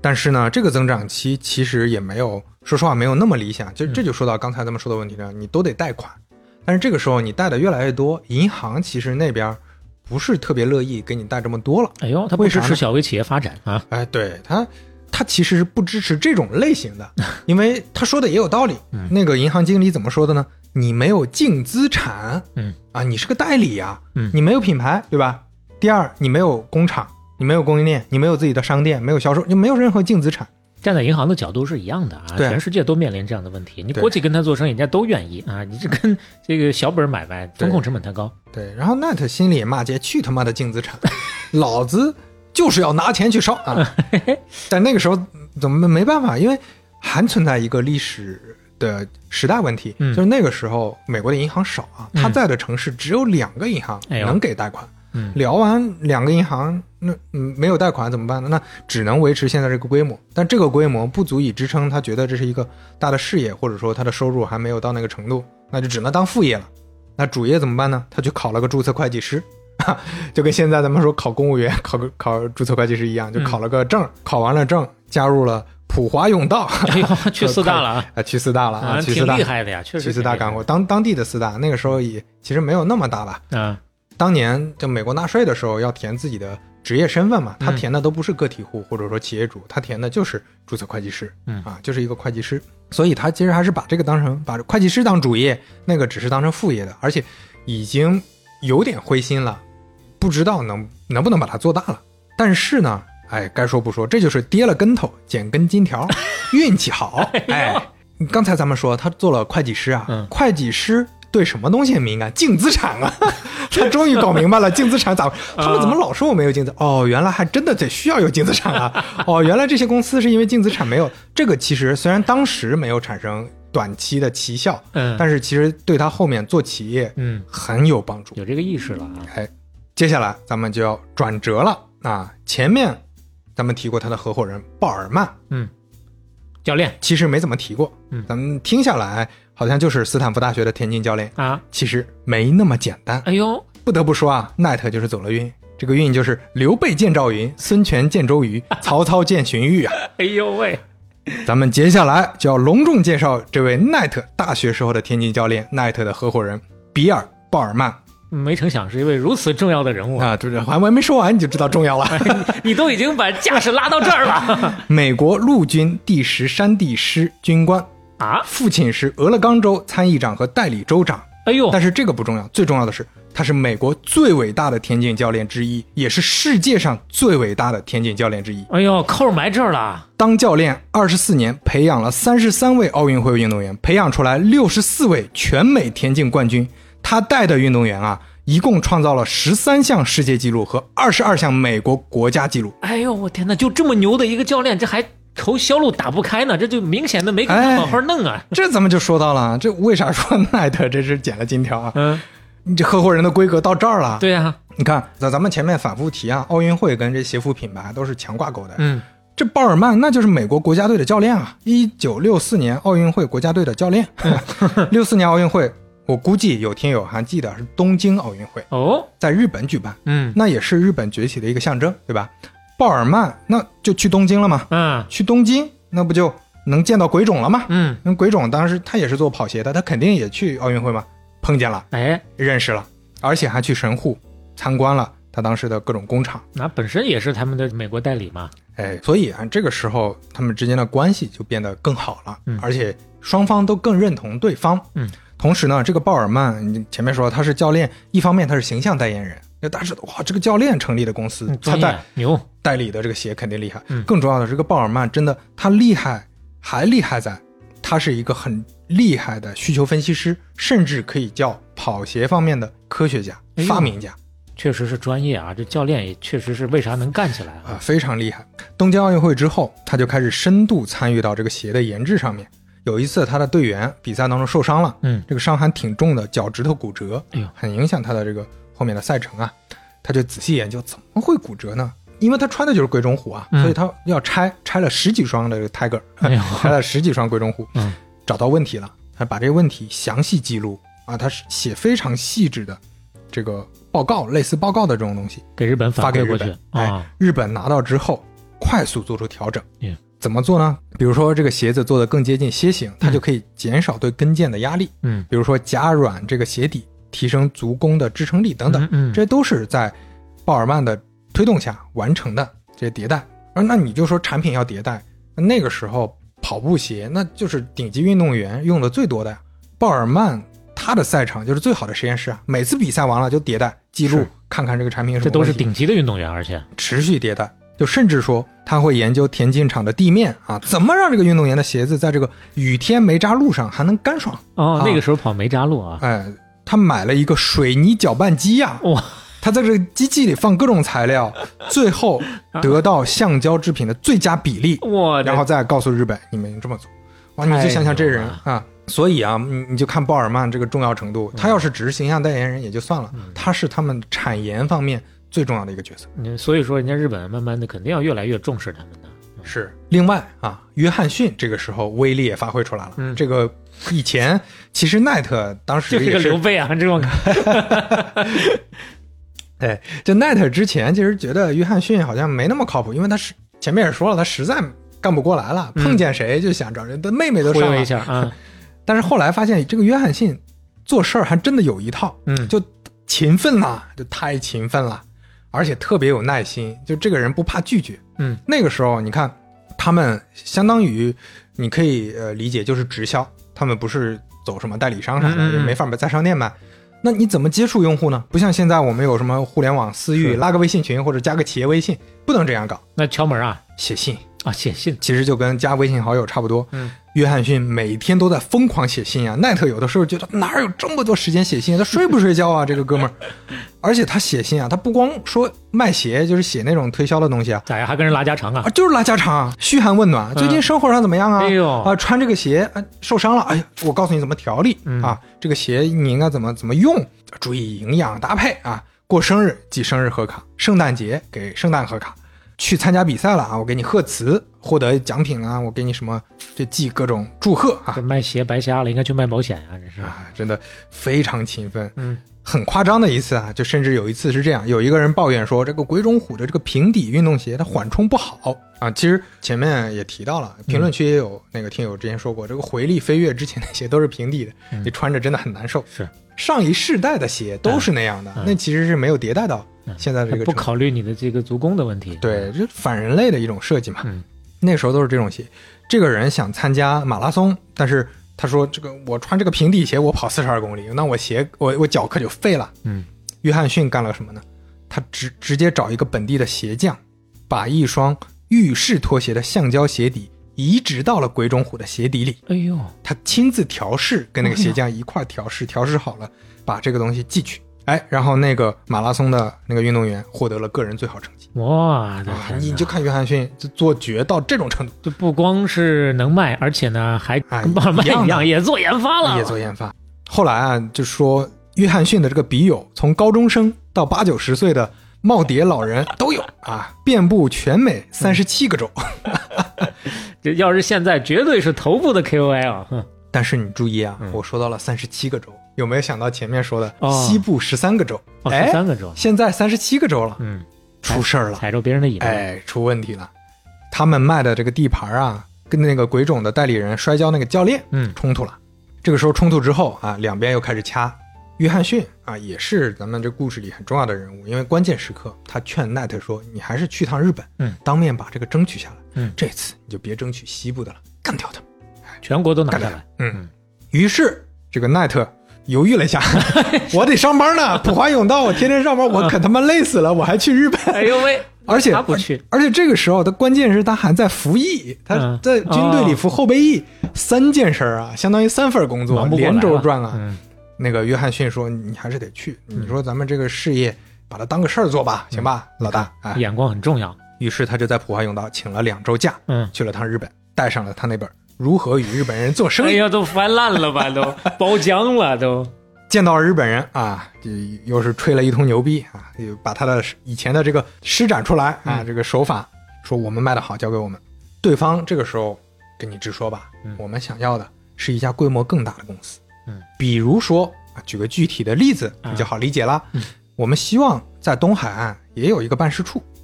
但是呢，这个增长期其实也没有，说实话没有那么理想。这就说到刚才咱们说的问题上，你都得贷款，但是这个时候你贷的越来越多，银行其实那边不是特别乐意给你贷这么多了。 哎呦，他不支持小微企业发展啊？ 哎，对，他其实是不支持这种类型的，因为他说的也有道理。那个银行经理怎么说的呢？你没有净资产，你是个代理呀，你没有品牌，对吧？第二，你没有工厂，你没有供应链，你没有自己的商店，没有销售，就没有任何净资产。 站在银行的角度是一样的啊，全世界都面临这样的问题。你国企跟他做生意，人家都愿意啊，你这跟这个小本买卖，风控成本太高。 对，然后Knight心里也骂街，去他妈的净资产，老子就是要拿钱去烧啊！但那个时候怎么没办法，因为还存在一个历史的时代问题，就是那个时候美国的银行少啊，他在的城市只有2个银行能给贷款。聊完2个银行，那没有贷款怎么办呢？那只能维持现在这个规模，但这个规模不足以支撑他觉得这是一个大的事业，或者说他的收入还没有到那个程度，那就只能当副业了。那主业怎么办呢？他去考了个注册会计师，就跟现在咱们说考公务员、考注册会计师一样，就考了个证，考完了证，加入了普华永道， 哎呦，去四大了啊！ 去四大了啊， 挺厉害的呀，确实。 去四大干过，当地的四大，那个时候也其实没有那么大吧？当年就美国纳税的时候要填自己的职业身份嘛，他填的都不是个体户或者说企业主，他填的就是注册会计师，就是一个会计师，所以他其实还是把这个把会计师当主业，那个只是当成副业的，而且已经有点灰心了，不知道能不能把它做大了。但是呢，该说不说，这就是跌了跟头捡根金条，运气好。刚才咱们说他做了会计师啊，会计师对什么东西很敏感？净资产啊！他终于搞明白了净资产他们怎么老说我没有净资产？原来还真的得需要有净资产啊！原来这些公司是因为净资产没有。这个其实虽然当时没有产生短期的奇效，但是其实对他后面做企业很有帮助， 有这个意识了啊。 接下来咱们就要转折了啊！前面咱们提过他的合伙人鲍尔曼， 教练其实没怎么提过，咱们听下来好像就是斯坦福大学的田径教练啊，其实没那么简单。 哎呦， 不得不说啊，Knight就是走了运，这个运就是刘备见赵云，孙权见周瑜，曹操见荀彧啊。 哎呦喂， 咱们接下来就要隆重介绍这位 Knight 大学时候的田径教练 Knight 的合伙人比尔·鲍尔曼。 没成想是一位如此重要的人物啊！对，还没说完你就知道重要了。 你都已经把架势拉到这儿了。 美国陆军第10山地师军官啊，父亲是俄勒冈州参议长和代理州长。 哎呦， 但是这个不重要，最重要的是他是美国最伟大的田径教练之一，也是世界上最伟大的田径教练之一。 哎呦，扣埋这儿了。 当教练24年，培养了33位奥运会运动员，培养出来64位全美田径冠军。他带的运动员啊，一共创造了13项世界纪录和22项美国国家纪录。 哎呦，我天哪，就这么牛的一个教练，这还投销路打不开呢，这就明显的没给他好好弄啊。 这咱们就说到了，这为啥说Knight这是捡了金条啊？你这合伙人的规格到这儿了。 对啊， 你看咱们前面反复提啊，奥运会跟这鞋服品牌都是强挂钩的。这鲍尔曼那就是美国国家队的教练啊，1964年奥运会国家队的教练。64年奥运会，我估计有听友还记得是东京奥运会在日本举办，那也是日本崛起的一个象征，对吧？鲍尔曼那就去东京了嘛，去东京那不就能见到鬼冢了吗？鬼冢当时他也是做跑鞋的，他肯定也去奥运会嘛，碰见了，认识了，而且还去神户参观了他当时的各种工厂， 那本身也是他们的美国代理嘛， 所以这个时候他们之间的关系就变得更好了，而且双方都更认同对方。同时呢，这个鲍尔曼前面说他是教练，一方面他是形象代言人，大家知道哇，这个教练成立的公司，他代理的这个鞋肯定厉害。更重要的是，这个鲍尔曼真的他厉害，还厉害在他是一个很厉害的需求分析师，甚至可以叫跑鞋方面的科学家、发明家。 确实是专业啊，这教练也确实是为啥能干起来啊， 非常厉害。东京奥运会之后，他就开始深度参与到这个鞋的研制上面。有一次他的队员比赛当中受伤了，这个伤还挺重的，脚趾头骨折，很影响他的这个后面的赛程啊。他就仔细研究怎么会骨折呢？因为他穿的就是龟中虎啊，所以他要拆了10几双的这个 Tiger，拆了10几双龟中虎，找到问题了，他把这个问题详细记录啊，他写非常细致的这个报告，类似报告的这种东西， 给日本发给日本。日本拿到之后快速做出调整。 怎么做呢？比如说这个鞋子做得更接近楔形，它就可以减少对跟腱的压力。比如说加软这个鞋底，提升足弓的支撑力等等，这都是在鲍尔曼的推动下完成的这些迭代。而那你就说产品要迭代，那个时候跑步鞋那就是顶级运动员用的最多的呀。鲍尔曼他的赛场就是最好的实验室啊，每次比赛完了就迭代记录，看看这个产品有什么问题。 这都是顶级的运动员，而且持续迭代。就甚至说他会研究田径场的地面啊，怎么让这个运动员的鞋子在这个雨天没渣路上还能干爽。 那个时候跑没渣路啊。 他买了一个水泥搅拌机呀，他在这个机器里放各种材料，最后得到橡胶制品的最佳比例，然后再告诉日本你们这么做。哇，你就想想这人啊。所以啊，你就看鲍尔曼这个重要程度，他要是只是形象代言人也就算了，他是他们产研方面最重要的一个角色。 所以说人家日本慢慢的肯定要越来越重视他们的。 是。另外啊，约翰逊这个时候威力也发挥出来了。这个以前其实奈特当时就是个刘备啊，这种对，就奈特之前其实觉得约翰逊好像没那么靠谱，因为他是前面也说了，他实在干不过来了，碰见谁就想找人的妹妹都上了一下啊。 但是后来发现这个约翰逊做事儿还真的有一套，就勤奋啦，就太勤奋了，而且特别有耐心，就这个人不怕拒绝。那个时候你看他们相当于你可以理解就是直销，他们不是走什么代理商啥的，没法在商店买。那你怎么接触用户呢？不像现在我们有什么互联网私域，拉个微信群或者加个企业微信，不能这样搞。 那敲门啊， 写信啊，写信其实就跟加微信好友差不多。约翰逊每天都在疯狂写信啊，奈特有的时候觉得哪有这么多时间写信，他睡不睡觉啊这个哥们儿。而且他写信啊，他不光说卖鞋，就是写那种推销的东西啊。 咋呀，还跟人拉家常啊？ 就是拉家常，嘘寒问暖，最近生活上怎么样啊？ 哎呦穿这个鞋受伤了，哎，我告诉你怎么调理啊，这个鞋你应该怎么用，注意营养搭配啊，过生日寄生日贺卡，圣诞节给圣诞贺卡，去参加比赛了啊，我给你贺词，获得奖品啊，我给你什么就寄各种祝贺啊。 这卖鞋白瞎了，应该去卖保险啊，这是真的非常勤奋。很夸张的一次啊，就甚至有一次是这样，有一个人抱怨说这个鬼冢虎的这个平底运动鞋它缓冲不好啊。其实前面也提到了，评论区也有那个听友之前说过，这个回力飞跃之前的鞋都是平底的，你穿着真的很难受。 是上一世代的鞋都是那样的，那其实是没有迭代到现在这个不考虑你的这个足弓的问题。 对，这反人类的一种设计嘛。那时候都是这种鞋。这个人想参加马拉松，但是他说这个我穿这个平底鞋我跑42公里，那我脚可就废了。约翰逊干了什么呢？他直接找一个本地的鞋匠，把一双浴室拖鞋的橡胶鞋底移植到了鬼冢虎的鞋底里。 哎呦， 他亲自调试，跟那个鞋匠一块调试，调试好了，把这个东西寄去。然后那个马拉松的那个运动员获得了个人最好成绩。 哇， 你就看约翰逊做绝到这种程度， 就不光是能卖，而且呢还跟鲍尔曼一样也做研发了， 也做研发。后来啊，就说约翰逊的这个笔友，从高中生到80、90岁的耄耋老人都有啊，遍布全美37个州。 这要是现在绝对是头部的 KOL。 但是你注意啊，我说到了37个州，有没有想到前面说的西部13个州 ？13个州， 现在37个州了。出事儿了， 踩着别人的尾巴， 出问题了。他们卖的这个地盘啊，跟那个鬼冢的代理人摔跤那个教练冲突了。这个时候冲突之后啊，两边又开始掐。约翰逊啊，也是咱们这故事里很重要的人物，因为关键时刻他劝奈特说，你还是去趟日本，当面把这个争取下来。这次你就别争取西部的了，干掉他， 全国都拿下来。 于是这个奈特犹豫了一下，我得上班呢，普华永道，我天天上班，我可他妈累死了，我还去日本。 哎呦喂！ 而且他不去， 而且这个时候他关键是他还在服役，他在军队里服后备役，3件事啊，相当于3份工作，连轴转啊。那个约翰逊说：“你还是得去，你说咱们这个事业把它当个事儿做吧，行吧，老大。” 眼光很重要。 于是他就在普华永道请了2周假，去了趟日本，带上了他那本《如何与日本人做生意》。 哎呀，都翻烂了吧，都包浆了都。 见到了日本人啊，又是吹了一通牛逼啊，把他的以前的这个施展出来啊，这个手法说我们卖的好，交给我们。对方这个时候跟你直说吧，我们想要的是一家规模更大的公司。比如说啊，举个具体的例子比较好理解啦。我们希望在东海岸也有一个办事处，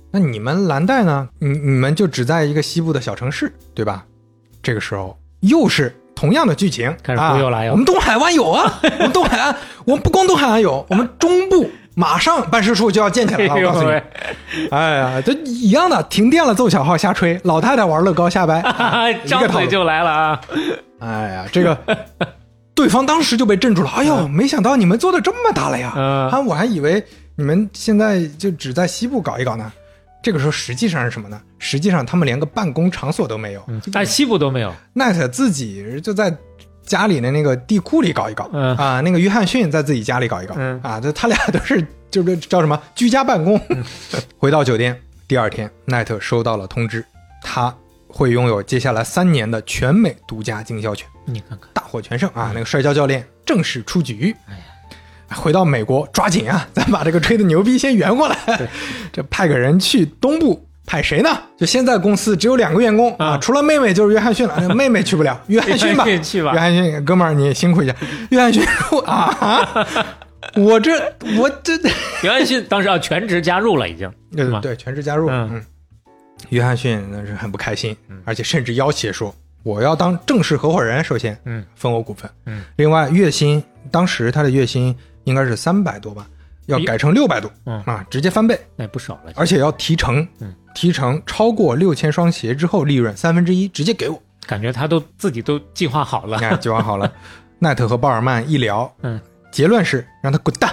那你们蓝带呢？你们就只在一个西部的小城市，对吧？这个时候又是同样的剧情， 开始忽悠了。 我们东海湾有啊，我们东海岸，我们不光东海岸有，我们中部马上办事处就要建起来了。我告诉你，哎呀，这一样的，停电了奏小号瞎吹，老太太玩乐高瞎掰， 张嘴就来了啊！ 哎呀，这个对方当时就被镇住了。哎呦，没想到你们做的这么大了呀！我还以为你们现在就只在西部搞一搞呢。这个时候实际上是什么呢？实际上他们连个办公场所都没有， 在西部都没有。 奈特自己就在家里的那个地库里搞一搞，那个约翰逊在自己家里搞一搞，就他俩都是就是叫什么居家办公。回到酒店，第二天，奈特收到了通知，他会拥有接下来3年的全美独家经销权。 你看看， 大获全胜啊！那个摔跤教练正式出局。哎呀，回到美国抓紧啊，咱把这个吹的牛逼先圆过来。这派个人去东部，派谁呢？就现在公司只有2个员工啊，除了妹妹就是约翰逊了。妹妹去不了，约翰逊吧，约翰逊哥们儿你也辛苦一下。约翰逊啊，我这约翰逊当时要全职加入了，已经对全职加入。约翰逊那是很不开心，而且甚至要挟说我要当正式合伙人，首先分我股份，另外月薪当时他的月薪应该是300多吧，要改成600多直接翻倍， 那也不少了， 而且要提成，提成超过6000双鞋之后利润1/3直接给我， 感觉他自己都计划好了， 计划好了。奈特和鲍尔曼一聊，结论是让他滚蛋。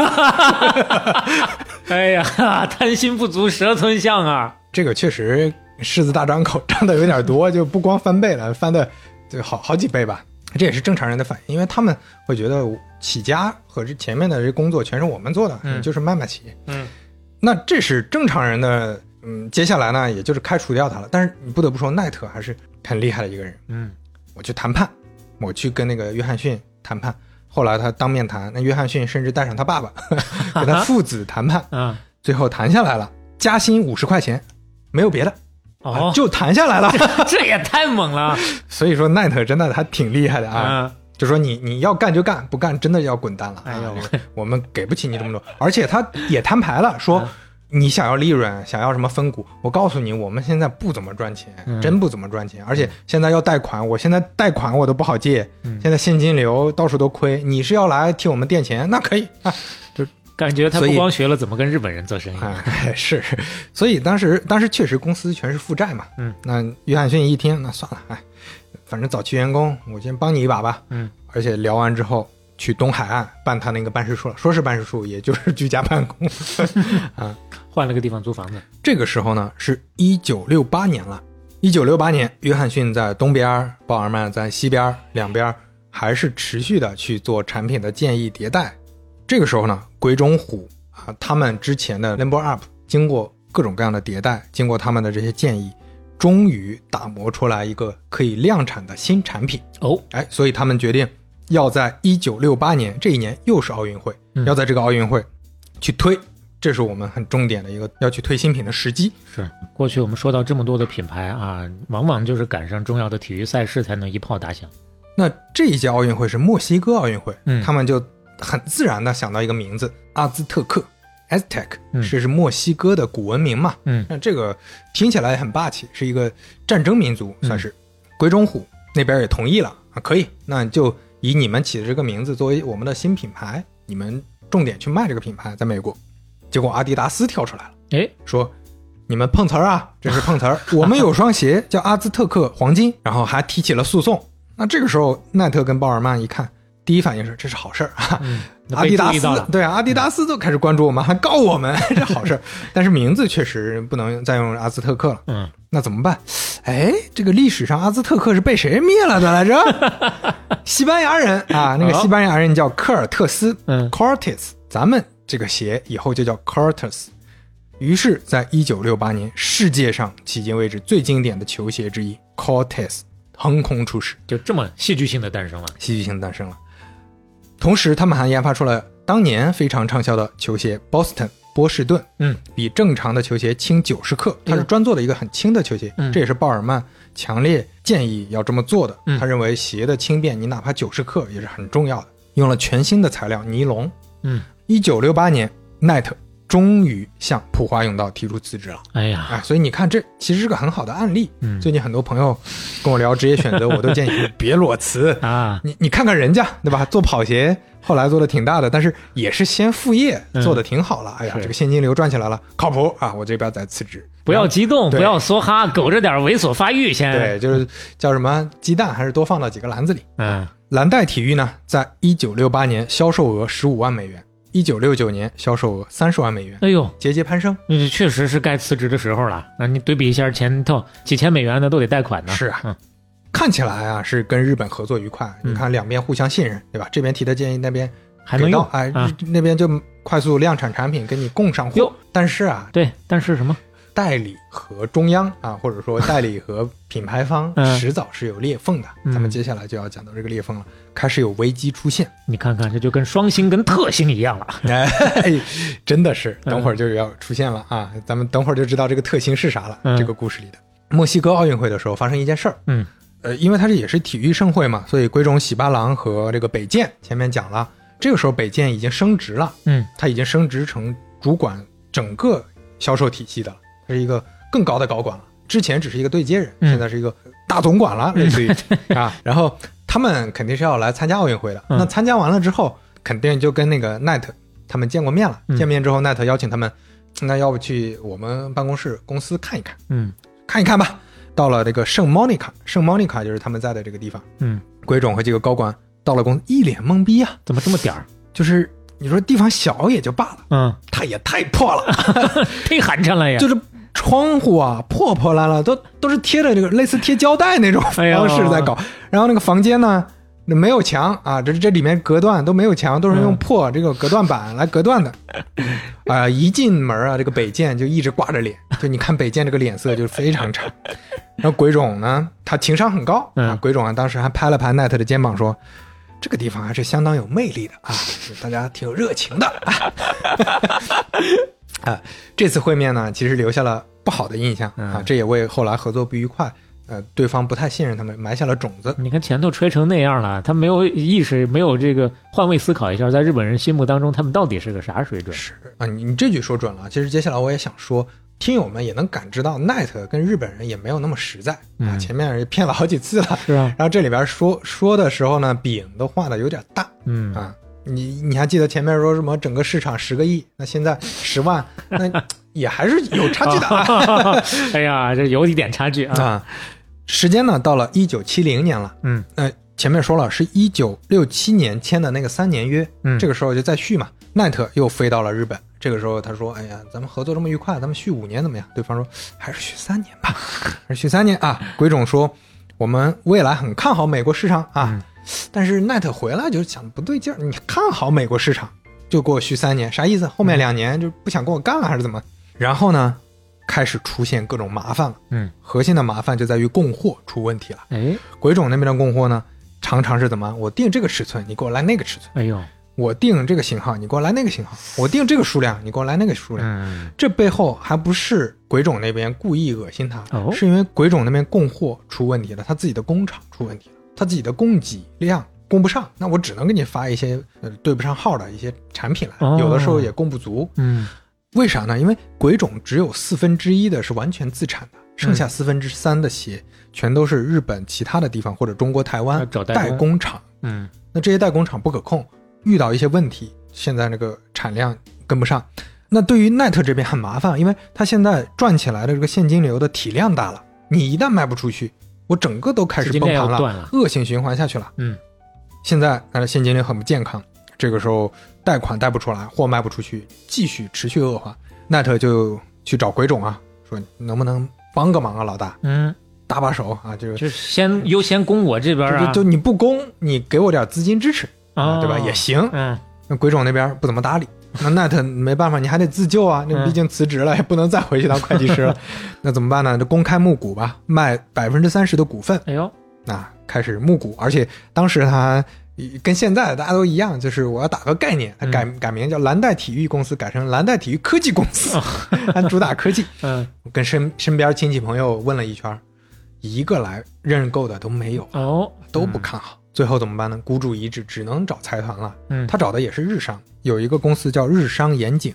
哎呀，贪心不足蛇吞象啊！ 这个确实狮子大张口，张的有点多，就不光翻倍了，翻的就好几倍吧。这也是正常人的反应，因为他们会觉得起家和这前面的这工作全是我们做的，就是卖企业。那这是正常人的，接下来呢，也就是开除掉他了。但是你不得不说，奈特还是很厉害的一个人。我去谈判，我去跟那个约翰逊谈判，后来他当面谈，那约翰逊甚至带上他爸爸，跟他父子谈判，最后谈下来了，加薪50块钱，没有别的。就谈下来了。 这也太猛了。 所以说奈特真的还挺厉害的啊。就说你要干就干，不干真的要滚蛋了。我们给不起你这么多。而且他也摊牌了，说你想要利润，想要什么分股，我告诉你，我们现在不怎么赚钱，真不怎么赚钱，而且现在要贷款，我现在贷款我都不好借，现在现金流到处都亏，你是要来替我们垫钱，那可以啊。就感觉他不光学了怎么跟日本人做生意。 是，所以当时确实公司全是负债嘛。那约翰逊一听，那算了，反正早期员工，我先帮你一把吧。而且聊完之后，去东海岸办他那个办事处了，说是办事处，也就是居家办公。 换了个地方租房子。 这个时候呢，是1968年了。1968年，约翰逊在东边，鲍尔曼在西边，两边还是持续的去做产品的建议迭代。这个时候呢，鬼冢虎他们之前的 Limbo Up 经过各种各样的迭代，经过他们的这些建议，终于打磨出来一个可以量产的新产品。所以他们决定要在1968年这一年又是奥运会，要在这个奥运会去推，这是我们很重点的一个要去推新品的时机。 是，过去我们说到这么多的品牌啊，往往就是赶上重要的体育赛事才能一炮打响。 那这一届奥运会是墨西哥奥运会，他们就很自然的想到一个名字，阿兹特克 Aztec， 这是墨西哥的古文明嘛。那这个听起来很霸气，是一个战争民族，算是。鬼冢虎那边也同意了可以，那就以你们起的这个名字作为我们的新品牌，你们重点去卖这个品牌在美国。结果阿迪达斯跳出来了，说你们碰瓷儿啊，这是碰瓷儿。我们有双鞋叫阿兹特克黄金，然后还提起了诉讼。那这个时候奈特跟鲍尔曼一看，第一反应是这是好事啊。阿迪达斯，对啊，阿迪达斯都开始关注我们，还告我们，这好事。但是名字确实不能再用阿兹特克了。那怎么办？这个历史上阿兹特克是被谁灭了的来着？西班牙人啊，那个西班牙人叫科尔特斯 Cortes， 咱们这个鞋以后就叫 Cortes。于是在1968年，世界上迄今为止最经典的球鞋之一 Cortes 横空出世， 就这么戏剧性的诞生了。 同时他们还研发出了当年非常畅销的球鞋 Boston 波士顿，比正常的球鞋轻90克，它是专做的一个很轻的球鞋，这也是鲍尔曼强烈建议要这么做的。他认为鞋的轻便，你哪怕90克也是很重要的。用了全新的材料尼龙。1968年奈特终于向普华永道提出辞职了。 哎呀， 所以你看，这其实是个很好的案例。最近很多朋友跟我聊职业选择，我都建议你别裸辞啊。你看看人家，对吧？做跑鞋后来做的挺大的，但是也是先副业做的挺好了。哎呀，这个现金流赚起来了，靠谱啊！我这边再辞职。 不要激动，不要梭哈，苟着点猥琐发育先。 对，就是叫什么鸡蛋还是多放到几个篮子里。蓝带体育呢，在1968年销售额15万美元，1969年销售额30万美元。哎呦，节节攀升。 确实是该辞职的时候了。那你对比一下前头几千美元的都得贷款呢。 是啊，看起来啊是跟日本合作愉快。你看两边互相信任，对吧？这边提的建议，那边还能用， 那边就快速量产产品给你供上货。但是啊， 对，但是什么？ 代理和中央啊，或者说代理和品牌方迟早是有裂缝的。咱们接下来就要讲到这个裂缝了，开始有危机出现。 你看看，这就跟双星跟特星一样了。 真的是，等会儿就要出现了啊！咱们等会儿就知道这个特星是啥了。这个故事里的墨西哥奥运会的时候发生一件事儿。因为它这也是体育盛会嘛，所以龟冢喜八郎和这个北见前面讲了，这个时候北见已经升职了。他已经升职成主管整个销售体系的了。是一个更高的高管了，之前只是一个对接人，现在是一个大总管了，类似于啊。然后他们肯定是要来参加奥运会的。那参加完了之后，肯定就跟那个 Net 他们见过面了。见面之后 ，Net 邀请他们，那要不去我们办公室公司看一看，看一看吧。到了这个圣莫妮卡就是他们在的这个地方。龟冢和几个高管到了公司，一脸懵逼啊， 怎么这么点儿？ 就是你说地方小也就罢了，它也太破了， 忒寒碜了呀， 就是。窗户啊破破烂烂，都是贴着这个类似贴胶带那种方式在搞。然后那个房间呢没有墙啊，这里面隔断都没有墙，都是用破这个隔断板来隔断的。一进门啊，这个北见就一直挂着脸，就你看北见这个脸色就非常差。然后鬼冢呢，他情商很高啊，鬼冢啊当时还拍了拍奈特的肩膀说，这个地方还是相当有魅力的啊，大家挺有热情的。这次会面呢，其实留下了不好的印象啊，这也为后来合作不愉快，对方不太信任他们埋下了种子。 你看前头吹成那样了，他没有意识，没有这个换位思考一下，在日本人心目当中，他们到底是个啥水准？ 是啊，你这句说准了。其实接下来我也想说，听友们也能感知到，奈特跟日本人也没有那么实在啊，前面也骗了好几次了， 是啊。 然后这里边说的时候呢，饼都画的有点大，你还记得前面说什么整个市场10个亿，那现在10万，那也还是有差距的。 哎呀，这有一点差距啊。 时间呢到了1970年了，前面说了是1967年签的那个3年约，这个时候就再续嘛。奈特又飞到了日本，这个时候他说：“哎呀，咱们合作这么愉快，咱们续5年怎么样？”对方说：“还是续3年吧，还是续3年啊。”龟冢说：“我们未来很看好美国市场啊。”但是奈特回来就想不对劲儿，你看好美国市场就给我续3年，啥意思？后面2年就不想跟我干了还是怎么？然后呢，开始出现各种麻烦了。核心的麻烦就在于供货出问题了。鬼冢那边的供货呢，常常是怎么？我定这个尺寸，你给我来那个尺寸。哎呦，我定这个型号，你给我来那个型号。我定这个数量，你给我来那个数量。这背后还不是鬼冢那边故意恶心他，是因为鬼冢那边供货出问题了，他自己的工厂出问题了。他自己的供给量供不上，那我只能给你发一些对不上号的一些产品来，有的时候也供不足。为啥呢？因为鬼冢只有1/4的是完全自产的，剩下3/4的鞋全都是日本其他的地方或者中国台湾代工厂。那这些代工厂不可控，遇到一些问题，现在那个产量跟不上。那对于奈特这边很麻烦，因为他现在赚起来的这个现金流的体量大了，你一旦卖不出去，我整个都开始崩盘了，恶性循环下去了。现在他的现金流很不健康，这个时候贷款贷不出来，货卖不出去，继续持续恶化。奈特就去找鬼冢啊，说能不能帮个忙啊，老大，搭把手啊，就先优先供我这边啊， 就你不供，你给我点资金支持对吧？也行。那鬼冢那边不怎么搭理。那奈特没办法，你还得自救啊！那毕竟辞职了，也不能再回去当会计师了。那怎么办呢？就公开募股吧，卖30%的股份。哎呦，开始募股，而且当时他跟现在大家都一样，就是我要打个概念，他改名叫蓝带体育公司，改成蓝带体育科技公司，还主打科技。跟身边亲戚朋友问了一圈，一个来认购的都没有，都不看好。最后怎么办呢？孤注一掷，只能找财团了。他找的也是日商，有一个公司叫日商严景，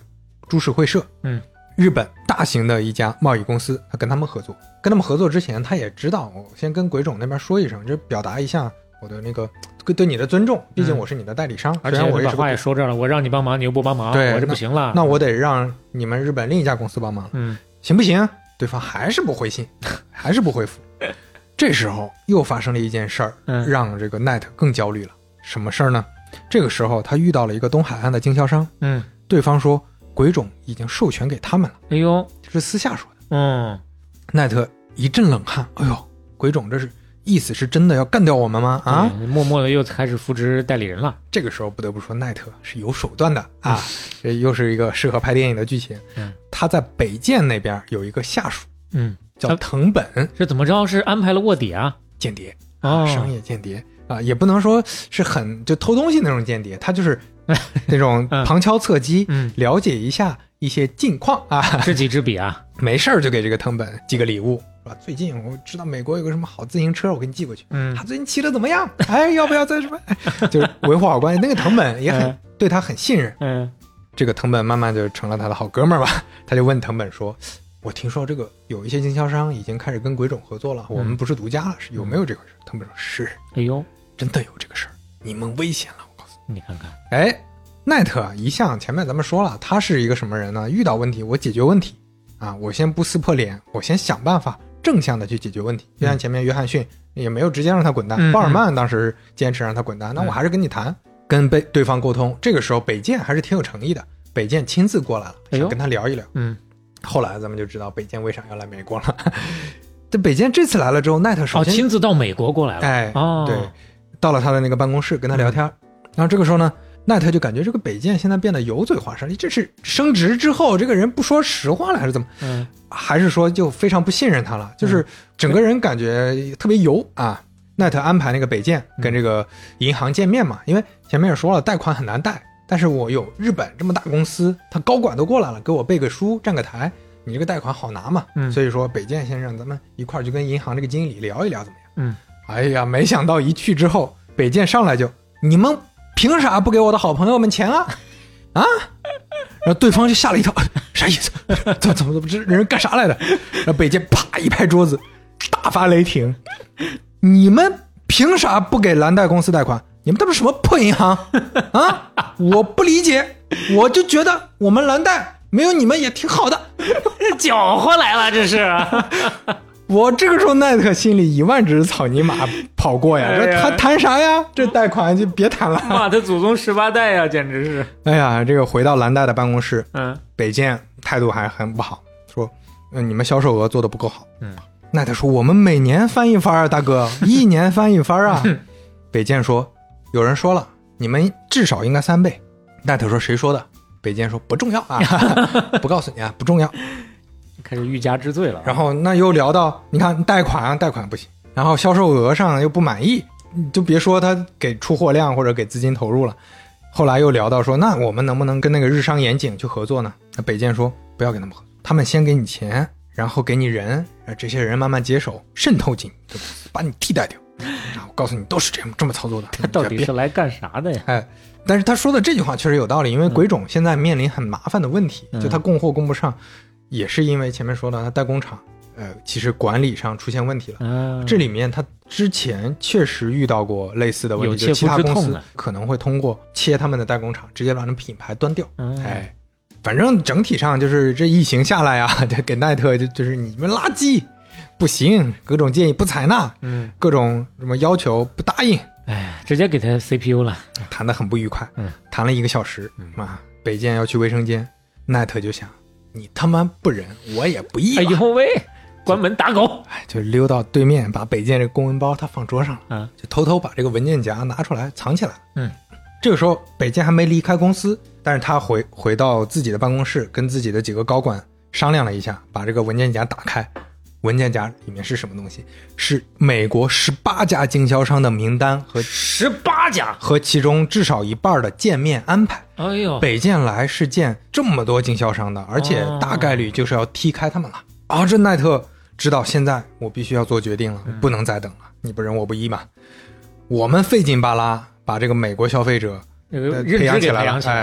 株式会社，日本大型的一家贸易公司，他跟他们合作。跟他们合作之前，他也知道我先跟鬼冢那边说一声，就表达一下我的那个对你的尊重，毕竟我是你的代理商， 而且我把话也说这儿了，我让你帮忙，你又不帮忙， 对， 我这不行了。 那我得让你们日本另一家公司帮忙，行不行？对方还是不回信，还是不回复。这时候又发生了一件事儿，让这个奈特更焦虑了。什么事儿呢？这个时候他遇到了一个东海岸的经销商，对方说鬼冢已经授权给他们了。 哎呦， 这是私下说的。奈特一阵冷汗，哎呦，鬼冢这是意思是真的要干掉我们吗？啊， 默默的又开始扶植代理人了。 这个时候不得不说奈特是有手段的啊，这又是一个适合拍电影的剧情。他在北见那边有一个下属，叫藤本， 是怎么着？是安排了卧底啊？ 间谍啊，商业间谍啊，也不能说是很就偷东西那种间谍，他就是那种旁敲侧击，了解一下一些近况啊， 知己知彼啊， 没事儿就给这个藤本寄个礼物。最近我知道美国有个什么好自行车，我给你寄过去。他最近骑的怎么样？哎，要不要再什么？就是维护好关系。那个藤本也很对他很信任。这个藤本慢慢就成了他的好哥们儿吧。他就问藤本说：“我听说这个有一些经销商已经开始跟鬼冢合作了，我们不是独家了，是有没有这回事？”藤本说：“是。” 哎呦， 真的有这个事儿，你们危险了，我告诉你。 你看看， 哎，奈特一向前面咱们说了，他是一个什么人呢？遇到问题我解决问题啊，我先不撕破脸，我先想办法。正向的去解决问题，就像前面约翰逊也没有直接让他滚蛋，鲍尔曼当时坚持让他滚蛋，那我还是跟你谈，跟对方沟通。这个时候北见还是挺有诚意的，北见亲自过来了，想跟他聊一聊。后来咱们就知道北见为啥要来美国了。这北见这次来了之后，奈特首先亲自到美国过来了， 哎，对，到了他的那个办公室跟他聊天，然后这个时候呢，奈特就感觉这个北见现在变得油嘴滑舌，这是升职之后这个人不说实话了还是怎么？还是说就非常不信任他了，就是整个人感觉特别油啊。奈特安排那个北见跟这个银行见面嘛，因为前面也说了贷款很难贷，但是我有日本这么大公司，他高管都过来了，给我背个书站个台，你这个贷款好拿嘛。所以说北见先生咱们一块儿就跟银行这个经理聊一聊怎么样。哎呀，没想到一去之后北见上来就你们凭啥不给我的好朋友们钱啊？啊？然后对方就吓了一跳，啥意思？怎么这人干啥来的？然后北见啪一拍桌子，大发雷霆：你们凭啥不给蓝带公司贷款？你们他妈什么破银行啊？我不理解，我就觉得我们蓝带没有你们也挺好的。 搅和来了，这是。 我这个时候奈特心里1万只草泥马跑过呀，这他谈啥呀？这贷款就别谈了， 骂他祖宗18代呀，简直是。 哎呀，这个回到蓝带的办公室，北见态度还很不好，说你们销售额做得不够好。奈特说我们每年翻一番啊，大哥，1年翻一番啊。北见说有人说了，你们至少应该3倍。奈特说谁说的？北见说不重要啊，不告诉你啊，不重要。 开始欲加之罪了。 然后那又聊到你看贷款不行，然后销售额上又不满意，就别说他给出货量或者给资金投入了。后来又聊到说那我们能不能跟那个日商盐井去合作呢？那北见说不要跟他们合作，他们先给你钱，然后给你人，这些人慢慢接手渗透进你，把你替代掉。我告诉你都是这么操作的。 他到底是来干啥的呀？ 哎，但是他说的这句话确实有道理，因为鬼冢现在面临很麻烦的问题，就他供货供不上，也是因为前面说的他代工厂其实管理上出现问题了。这里面他之前确实遇到过类似的问题，就其他公司可能会通过切他们的代工厂直接把那品牌端掉。哎，反正整体上就是这一行下来啊，给奈特就是你们垃圾不行，各种建议不采纳，各种什么要求不答应， 哎，直接给他 CPU 了， 谈得很不愉快。谈了1个小时啊，北见要去卫生间，奈特就想你他妈不仁我也不义。 哎呦喂，关门打狗， 就溜到对面，把北见这个公文包他放桌上了，就偷偷把这个文件夹拿出来藏起来了。这个时候北见还没离开公司，但是他回到自己的办公室，跟自己的几个高管商量了一下，把这个文件夹打开。文件夹里面是什么东西？是美国18家经销商的名单和 18家和其中至少一半的见面安排。 哎呦， 北见来是见这么多经销商的，而且大概率就是要踢开他们了。这奈特知道现在我必须要做决定了，不能再等了，你不仁我不义嘛。我们费劲巴拉把这个美国消费者培养起来了，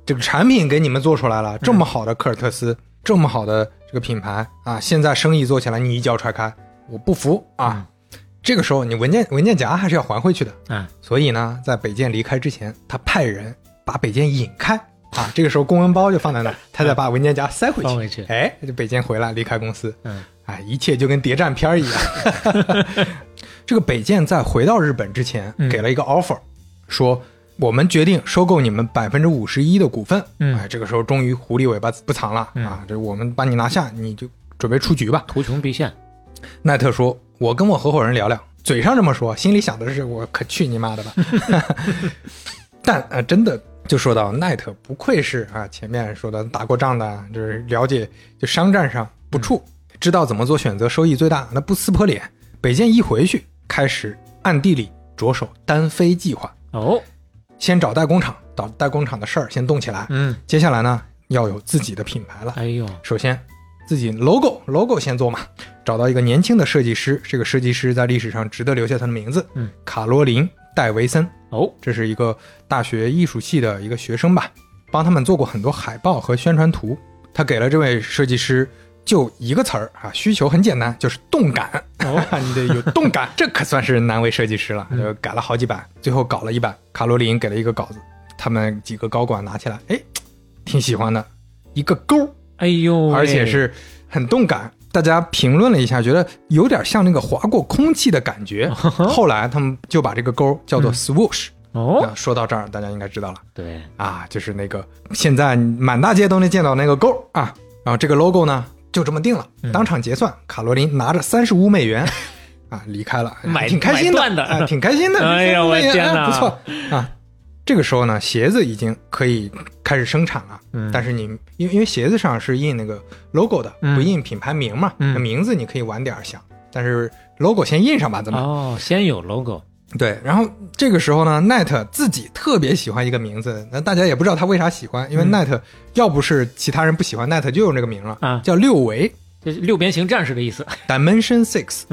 这个产品给你们做出来了，这么好的科尔特斯，这么好的这个品牌啊，现在生意做起来你一脚踹开，我不服啊！这个时候你文件夹还是要还回去的所以呢，在北建离开之前，他派人把北建引开啊。这个时候公文包就放在那儿，他再把文件夹塞回去，哎，这北建回来离开公司，一切就跟谍战片一样。这个北建在回到日本之前给了一个 offer，说我们决定收购你们51%的股份。这个时候终于狐狸尾巴不藏了啊！这我们把你拿下，你就准备出局吧， 图穷匕现。 奈特说：“我跟我合伙人聊聊，嘴上这么说，心里想的是我可去你妈的吧。”但真的就说到奈特不愧是前面说的打过仗的，就是了解就商战上不怵，知道怎么做选择，收益最大，那不撕破脸。北建一回去，开始暗地里着手单飞计划。先找代工厂，找代工厂的事儿先动起来。接下来呢，要有自己的品牌了。首先自己 logo 先做嘛，找到一个年轻的设计师，这个设计师在历史上值得留下他的名字，卡罗琳·戴维森。这是一个大学艺术系的一个学生吧，帮他们做过很多海报和宣传图。他给了这位设计师就一个词儿需求很简单，就是动感。你得有动感，这可算是难为设计师了，就改了好几版，最后搞了一版。卡罗琳给了一个稿子，他们几个高管拿起来，挺喜欢的，一个勾，而且是很动感。大家评论了一下，觉得有点像那个划过空气的感觉。后来他们就把这个勾叫做 swoosh。说到这儿大家应该知道了， 对就是那个现在满大街都能见到那个勾然后这个 logo 呢就这么定了，当场结算。卡罗琳拿着$35离开了，挺开心的，挺开心的。 哎呀，我天哪， 不错这个时候呢，鞋子已经可以开始生产了。但是你因为鞋子上是印那个 logo 的，不印品牌名嘛，那名字你可以晚点想，但是 logo 先印上吧，怎么先有 logo。 对，然后这个时候呢，奈特自己特别喜欢一个名字，那大家也不知道他为啥喜欢，因为奈特要不是其他人不喜欢，奈特就用这个名了叫六维， 这是六边形战士的意思。 Dimension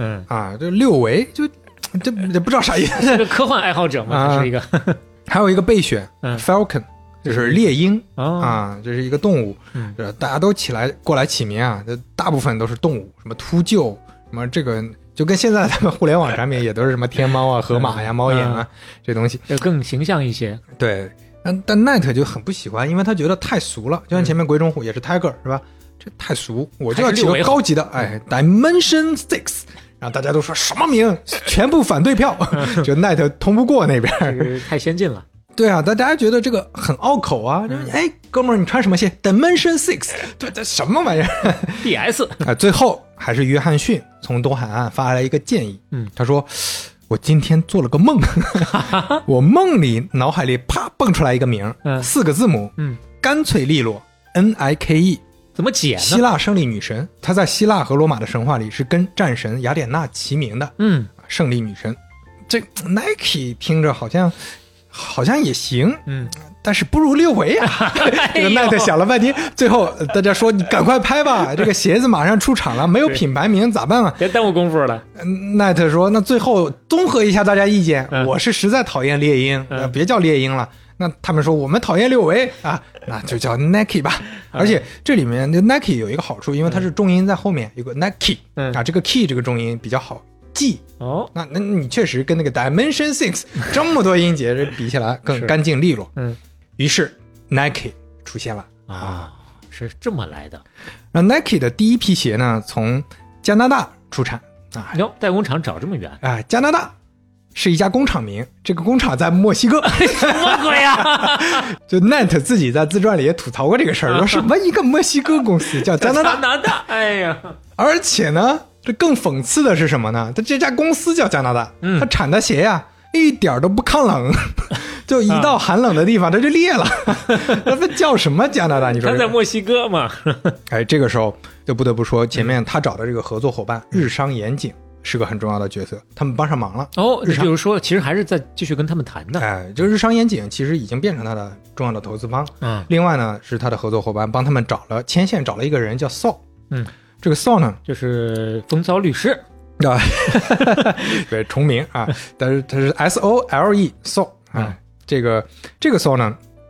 6，这六维就这不知道啥意思。 这个科幻爱好者嘛，这是一个。 还有一个备选，Falcon，就是猎鹰这是一个动物。大家都过来起名大部分都是动物，什么秃鹫，什么这个。就跟现在他们互联网产品也都是什么天猫河马呀、猫眼这东西， 就更形象一些。 对，但奈特就很不喜欢，因为他觉得太俗了。就像前面鬼冢虎也是 Tiger 是吧？这太俗，我就要起个高级的Dimension 6。然后大家都说什么名，全部反对票，就奈特通不过那边， 太先进了。 对大家觉得这个很拗口哥们儿你穿什么鞋 Dimension 6，这什么玩意儿 DS 最后还是约翰逊从东海岸发来一个建议，他说我今天做了个梦，我梦里脑海里啪蹦出来一个名，4个字母，干脆利落 Nike， 怎么解呢？ 希腊胜利女神，她在希腊和罗马的神话里是跟战神雅典娜齐名的，胜利女神。这 Nike 听着好像也行，但是不如六维这个奈特想了半天，最后大家说你赶快拍吧，这个鞋子马上出厂了，没有品牌名咋办别耽误功夫了。 奈特说那最后综合一下大家意见，我是实在讨厌猎鹰，别叫猎鹰了。那他们说我们讨厌六维那就叫 Nike 吧。而且这里面 Nike 有一个好处，因为它是重音在后面，有个 Nike 这个 key 这个重音比较好记那你确实跟那个 Dimension 6这么多音节比起来更干净利落。于是 Nike 出现了是这么来的。 那 Nike 的第一批鞋呢，从加拿大出产代工厂找这么远加拿大是一家工厂名，这个工厂在墨西哥。 什么鬼就 Net 自己在自传里也吐槽过这个事儿，说什么一个墨西哥公司叫加拿大哎呀， 而且呢这更讽刺的是什么呢，他这家公司叫加拿大，他产的鞋一点都不抗冷，就一到寒冷的地方它就裂了。那叫什么加拿大？你说他在墨西哥嘛？ 这个时候就不得不说前面他找的这个合作伙伴日商严景是个很重要的角色，他们帮上忙了。 比如说其实还是在继续跟他们谈的。 就日商严景其实已经变成他的重要的投资方。另外呢是他的合作伙伴帮他们牵线找了一个人叫 Saul。这个 Saul 呢就是风骚律师对，重名但是他是 SOLE Saul这个 Saul 呢，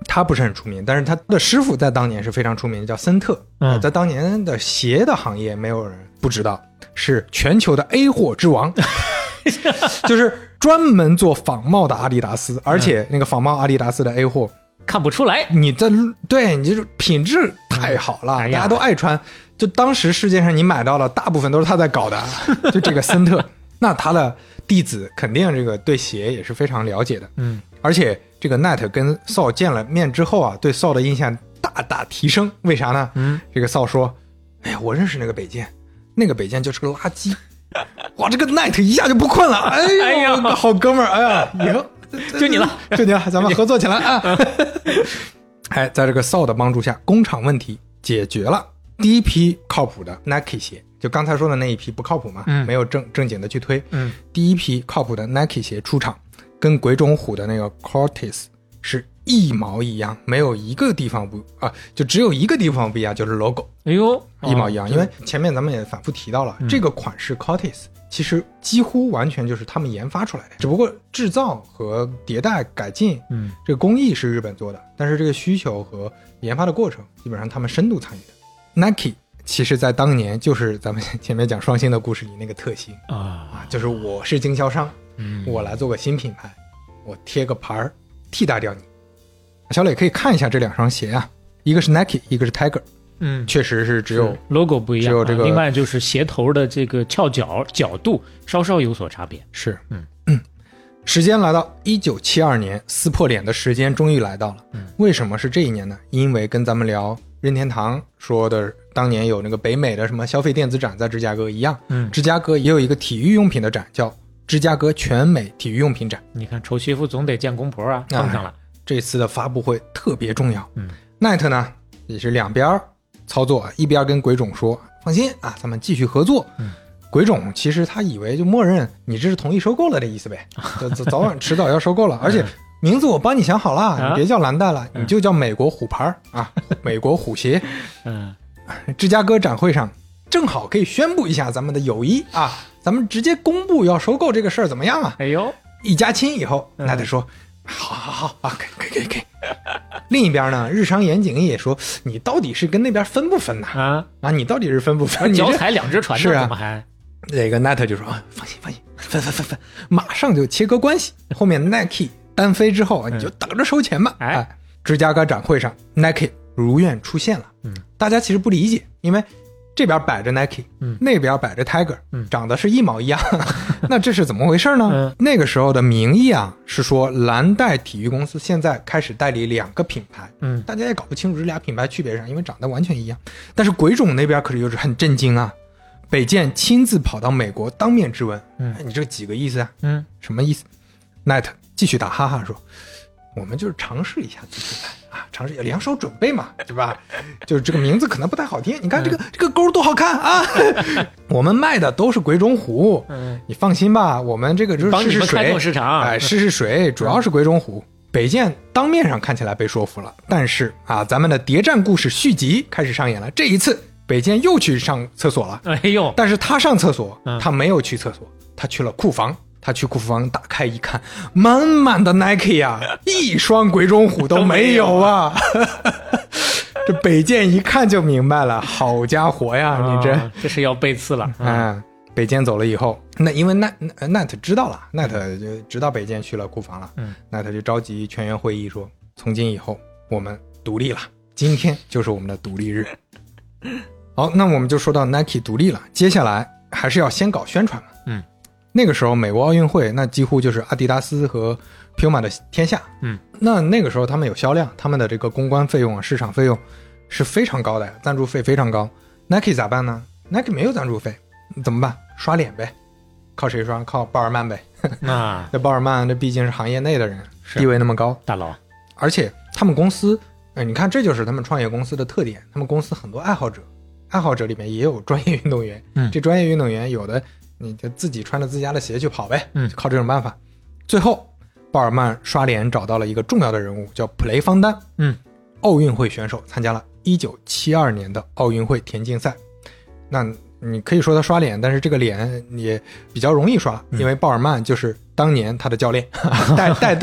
他不是很出名，但是他的师傅在当年是非常出名的，叫森特。在当年的鞋的行业没有人不知道，是全球的 A 货之王。就是专门做仿冒的阿迪达斯，而且那个仿冒阿迪达斯的 A 货看不出来， 你就是品质太好了，大家都爱穿。就当时世界上你买到了大部分都是他在搞的，就这个森特。那他的弟子肯定这个对鞋也是非常了解的，而且这个 Nat 跟 Saul 见了面之后啊，对 Saul 的印象大大提升。为啥呢？这个 Saul 说，哎呀，我认识那个北见，那个北见就是个垃圾。哇，这个 Nat 一下就不困了，哎呀，好哥们儿，哎呀，以后就你了， 咱们合作起来啊！哎，在这个 Saul 的帮助下，工厂问题解决了。第一批靠谱的 Nike 鞋，就刚才说的那一批不靠谱嘛，没有正经的去推。第一批靠谱的 Nike 鞋出厂，跟鬼冢虎的那个 Cortez 是一毛一样，没有一个地方不啊，就只有一个地方不一样，就是 logo。 哎呦， 一毛一样，因为前面咱们也反复提到了，这个款式 Cortez 其实几乎完全就是他们研发出来的，只不过制造和迭代改进，这个工艺是日本做的，但是这个需求和研发的过程基本上他们深度参与的。Nike 其实在当年就是咱们前面讲双星的故事里那个特性啊，就是我是经销商，我来做个新品牌，我贴个牌替代掉你。小磊可以看一下这两双鞋啊，一个是 Nike， 一个是 Tiger。确实是只有 logo 不一样， 只有这个， 另外就是鞋头的这个翘角角度稍稍有所差别。 是，时间来到1972年，撕破脸的时间终于来到了。为什么是这一年呢？因为跟咱们聊任天堂说的当年有那个北美的什么消费电子展在芝加哥一样，芝加哥也有一个体育用品的展，叫芝加哥全美体育用品展。 你看，丑媳妇总得见公婆啊，碰上了。 这次的发布会特别重要。Nat 呢也是两边操作，一边跟鬼冢说放心啊，咱们继续合作。鬼冢其实他以为就默认你这是同意收购了的意思呗，就早晚迟早要收购了。而且名字我帮你想好了，你别叫蓝带了，你就叫美国虎牌啊，美国虎鞋。芝加哥展会上正好可以宣布一下咱们的友谊啊，咱们直接公布要收购这个事儿怎么样啊？ 哎呦， 一家亲以后，Nat说好啊，可以。另一边呢，日商严谨也说，你到底是跟那边分不分呐？你到底是分不分？ 脚踩两只船呢，怎么还？ 这个 Nat 就说放心，分，马上就切割关系。后面 Nike 单飞之后，你就等着收钱吧。芝加哥展会上 Nike 如愿出现了。大家其实不理解，因为这边摆着 Nike，那边摆着 Tiger，长得是一毛一样，那这是怎么回事呢？那个时候的名义啊是说蓝带体育公司现在开始代理两个品牌，大家也搞不清楚这俩品牌区别上，因为长得完全一样。但是鬼冢那边可是就是很震惊啊，北见亲自跑到美国当面质问，你这几个意思啊？什么意思？ Nat 继续打哈哈说，我们就是尝试一下自己啊，尝试两手准备嘛，对吧？就是这个名字可能不太好听，你看这个勾多好看啊！我们卖的都是鬼冢虎，你放心吧，我们这个就是试试水， 市场， 试试水，主要是鬼冢虎。北见当面上看起来被说服了，但是啊，咱们的谍战故事续集开始上演了。这一次，北见又去上厕所了， 哎呦！ 但是他上厕所，他没有去厕所，他去了库房。他去库房打开一看，满满的 Nike 啊，一双鬼冢虎都没有啊！这北见一看就明白了，好家伙呀，你这是要背刺了。 北见走了以后，那因为 Nat 知道了 ，Nat 就知道北见去了库房了，Nat 就召集全员会议说，从今以后我们独立了，今天就是我们的独立日。好，那我们就说到 Nike 独立了，接下来还是要先搞宣传嘛。那个时候美国奥运会那几乎就是阿迪达斯和 Puma 的天下。那个时候他们有销量，他们的这个公关费用市场费用是非常高的，赞助费非常高。 Nike 咋办呢？ Nike 没有赞助费，怎么办？刷脸呗。靠谁刷？靠鲍尔曼呗。这鲍尔曼这毕竟是行业内的人，地位那么高， 大佬。 而且他们公司你看这就是他们创业公司的特点，他们公司很多爱好者里面也有专业运动员。这专业运动员有的你就自己穿着自家的鞋去跑呗，靠这种办法。最后鲍尔曼刷脸找到了一个重要的人物，叫普雷方丹，奥运会选手，参加了1972年的奥运会田径赛。那你可以说他刷脸，但是这个脸也比较容易刷，因为鲍尔曼就是当年他的教练，带队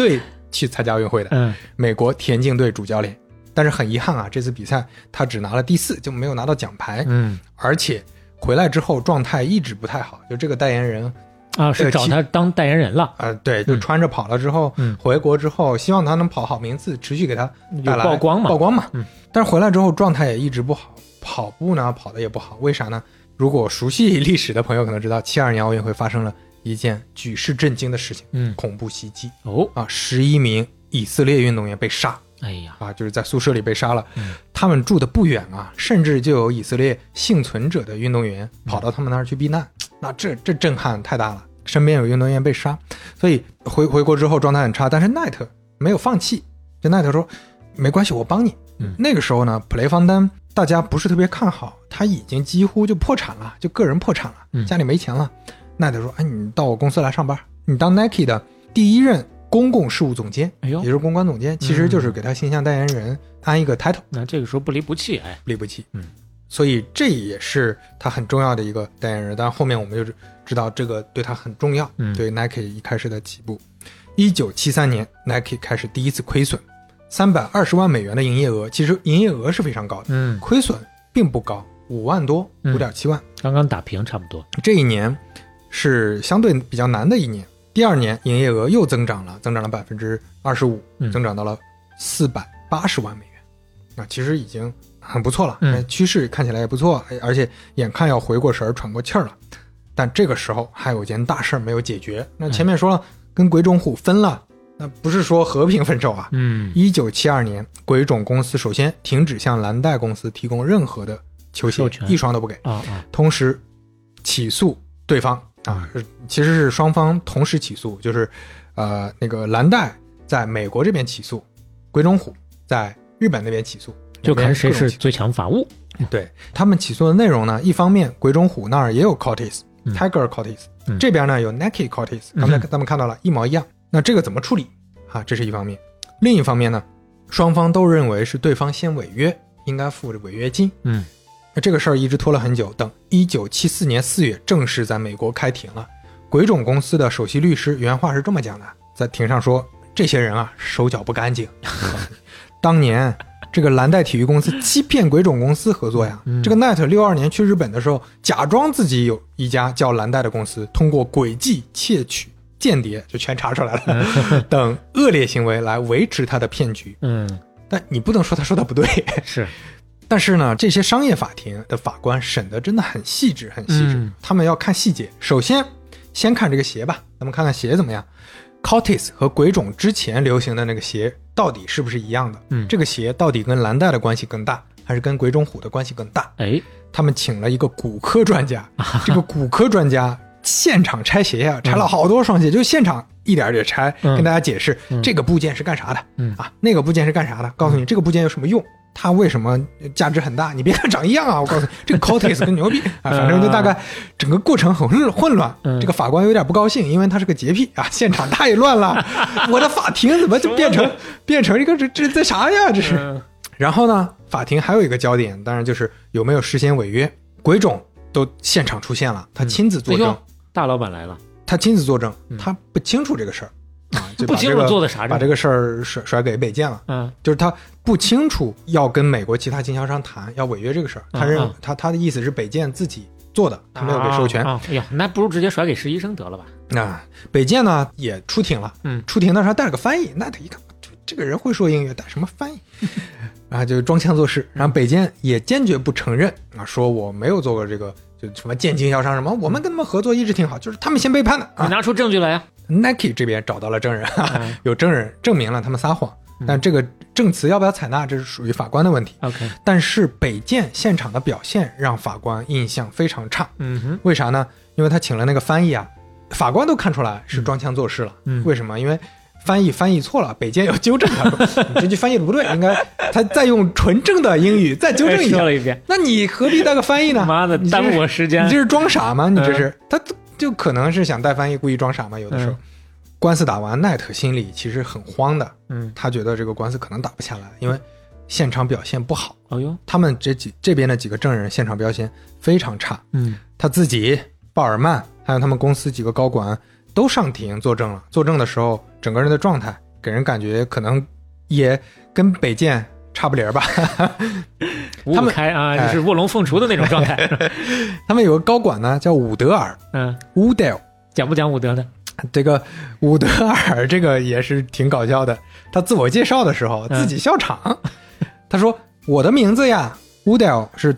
去参加奥运会的，美国田径队主教练。但是很遗憾啊，这次比赛他只拿了第4，就没有拿到奖牌。而且回来之后状态一直不太好，就这个代言人啊，是找他当代言人了对，就穿着跑了之后，回国之后希望他能跑好名次，持续给他带来曝光嘛。 但是回来之后状态也一直不好，跑步呢跑得也不好。为啥呢？如果熟悉历史的朋友可能知道，72年奥运会发生了一件举世震惊的事情，恐怖袭击。11名以色列运动员被杀。 哎呀就是在宿舍里被杀了。他们住的不远啊，甚至就有以色列幸存者的运动员跑到他们那儿去避难。那这震撼太大了，身边有运动员被杀，所以回国之后状态很差。但是奈特没有放弃，就奈特说没关系，我帮你。那个时候呢，普雷方丹大家不是特别看好，他已经几乎就破产了，就个人破产了，家里没钱了。奈特说你到我公司来上班，你当 Nike 的第1任公共事务总监，也就是公关总监，其实就是给他形象代言人安一个 title。 那这个时候不离不弃， 不离不弃。所以这也是他很重要的一个代言人。但后面我们就知道这个对他很重要，对 Nike 一开始的起步。1973年 Nike 开始第一次亏损，320万美元的营业额，其实营业额是非常高的，亏损并不高，5万多，5.7万， 刚刚打平差不多。 这一年是相对比较难的一年。第2年营业额又增长了25%，增长到了480万美元。其实已经很不错了，趋势看起来也不错，而且眼看要回过神喘过气儿了。但这个时候还有件大事没有解决。那前面说了，跟鬼冢虎分了，那不是说和平分手啊。1972年鬼冢公司首先停止向蓝带公司提供任何的球鞋，一双都不给。同时起诉对方其实是双方同时起诉，就是那个蓝带在美国这边起诉，鬼冢虎在日本那边起诉， 就看谁是最强法务。 对，他们起诉的内容呢，一方面鬼冢虎那儿也有 Cortez Tiger Cortez，这边呢有 Nike Cortez，刚才咱们看到了一模一样。那这个怎么处理这是一方面。另一方面呢，双方都认为是对方先违约，应该付违约金。那这个事儿一直拖了很久，等1974年4月正式在美国开庭了。鬼冢公司的首席律师原话是这么讲的，在庭上说，这些人手脚不干净。当年这个蓝带体育公司欺骗鬼冢公司合作呀。这个奈特62年去日本的时候，假装自己有一家叫蓝带的公司，通过诡计、窃取、间谍，就全查出来了等恶劣行为来维持他的骗局。但你不能说他说的不对。 是。 但是呢，这些商业法庭的法官审得真的很细致，很细致。他们要看细节。首先看这个鞋吧，咱们看看鞋怎么样。Cortez 和鬼冢之前流行的那个鞋到底是不是一样的？这个鞋到底跟蓝带的关系更大，还是跟鬼冢虎的关系更大？他们请了一个骨科专家，这个骨科专家现场拆鞋拆了好多双鞋，就现场一点点拆，跟大家解释这个部件是干啥的，那个部件是干啥的，告诉你这个部件有什么用，它为什么价值很大，你别看长一样我告诉你这个 Cortez 跟牛逼反正就大概整个过程很混乱。这个法官有点不高兴，因为他是个洁癖现场太乱了，我的法庭怎么就变成一个这啥呀这是。然后呢，法庭还有一个焦点，当然就是有没有事先违约。鬼冢都现场出现了，他亲自作证， 大老板来了， 他亲自作证，他不清楚这个事儿就不清楚做的啥， 把这个事儿甩给北建了。就是他不清楚要跟美国其他经销商谈要违约这个事儿，他认为他的意思是北建自己做的，他没有给授权。 哎呀，那不如直接甩给石医生得了吧。 那北建呢也出庭了，出庭的时候带了个翻译，那他一看这个人会说英语，带什么翻译然后就装腔作势。然后北建也坚决不承认说我没有做过这个就什么建经销商什么，我们跟他们合作一直挺好，就是他们先背叛的你拿出证据来呀。 Nike 这边找到了证人有证人证明了他们撒谎，但这个证词要不要采纳，这是属于法官的问题。但是北建现场的表现让法官印象非常差。为啥呢？因为他请了那个翻译法官都看出来是装腔作势了。为什么？因为翻译错了，北建要纠正他说你这句翻译的不对，应该他再用纯正的英语再纠正一下。 说了一遍， 那你何必带个翻译呢？ 妈的，耽误我时间。 你这是装傻吗？你这是他就可能是想带翻译故意装傻嘛，有的时候。官司打完，奈特心里其实很慌的。他觉得这个官司可能打不下来，因为现场表现不好。他们这边的几个证人现场表现非常差。他自己、鲍尔曼还有他们公司几个高管都上庭作证了。作证的时候，整个人的状态给人感觉可能也跟北建差不离儿吧。 五五开啊，就是卧龙凤雏的那种状态。 他们有个高管呢，叫伍德尔，伍德尔， 讲不讲伍德的？ 这个伍德尔这个也是挺搞笑的。他自我介绍的时候自己笑场，他说我的名字呀，伍德尔是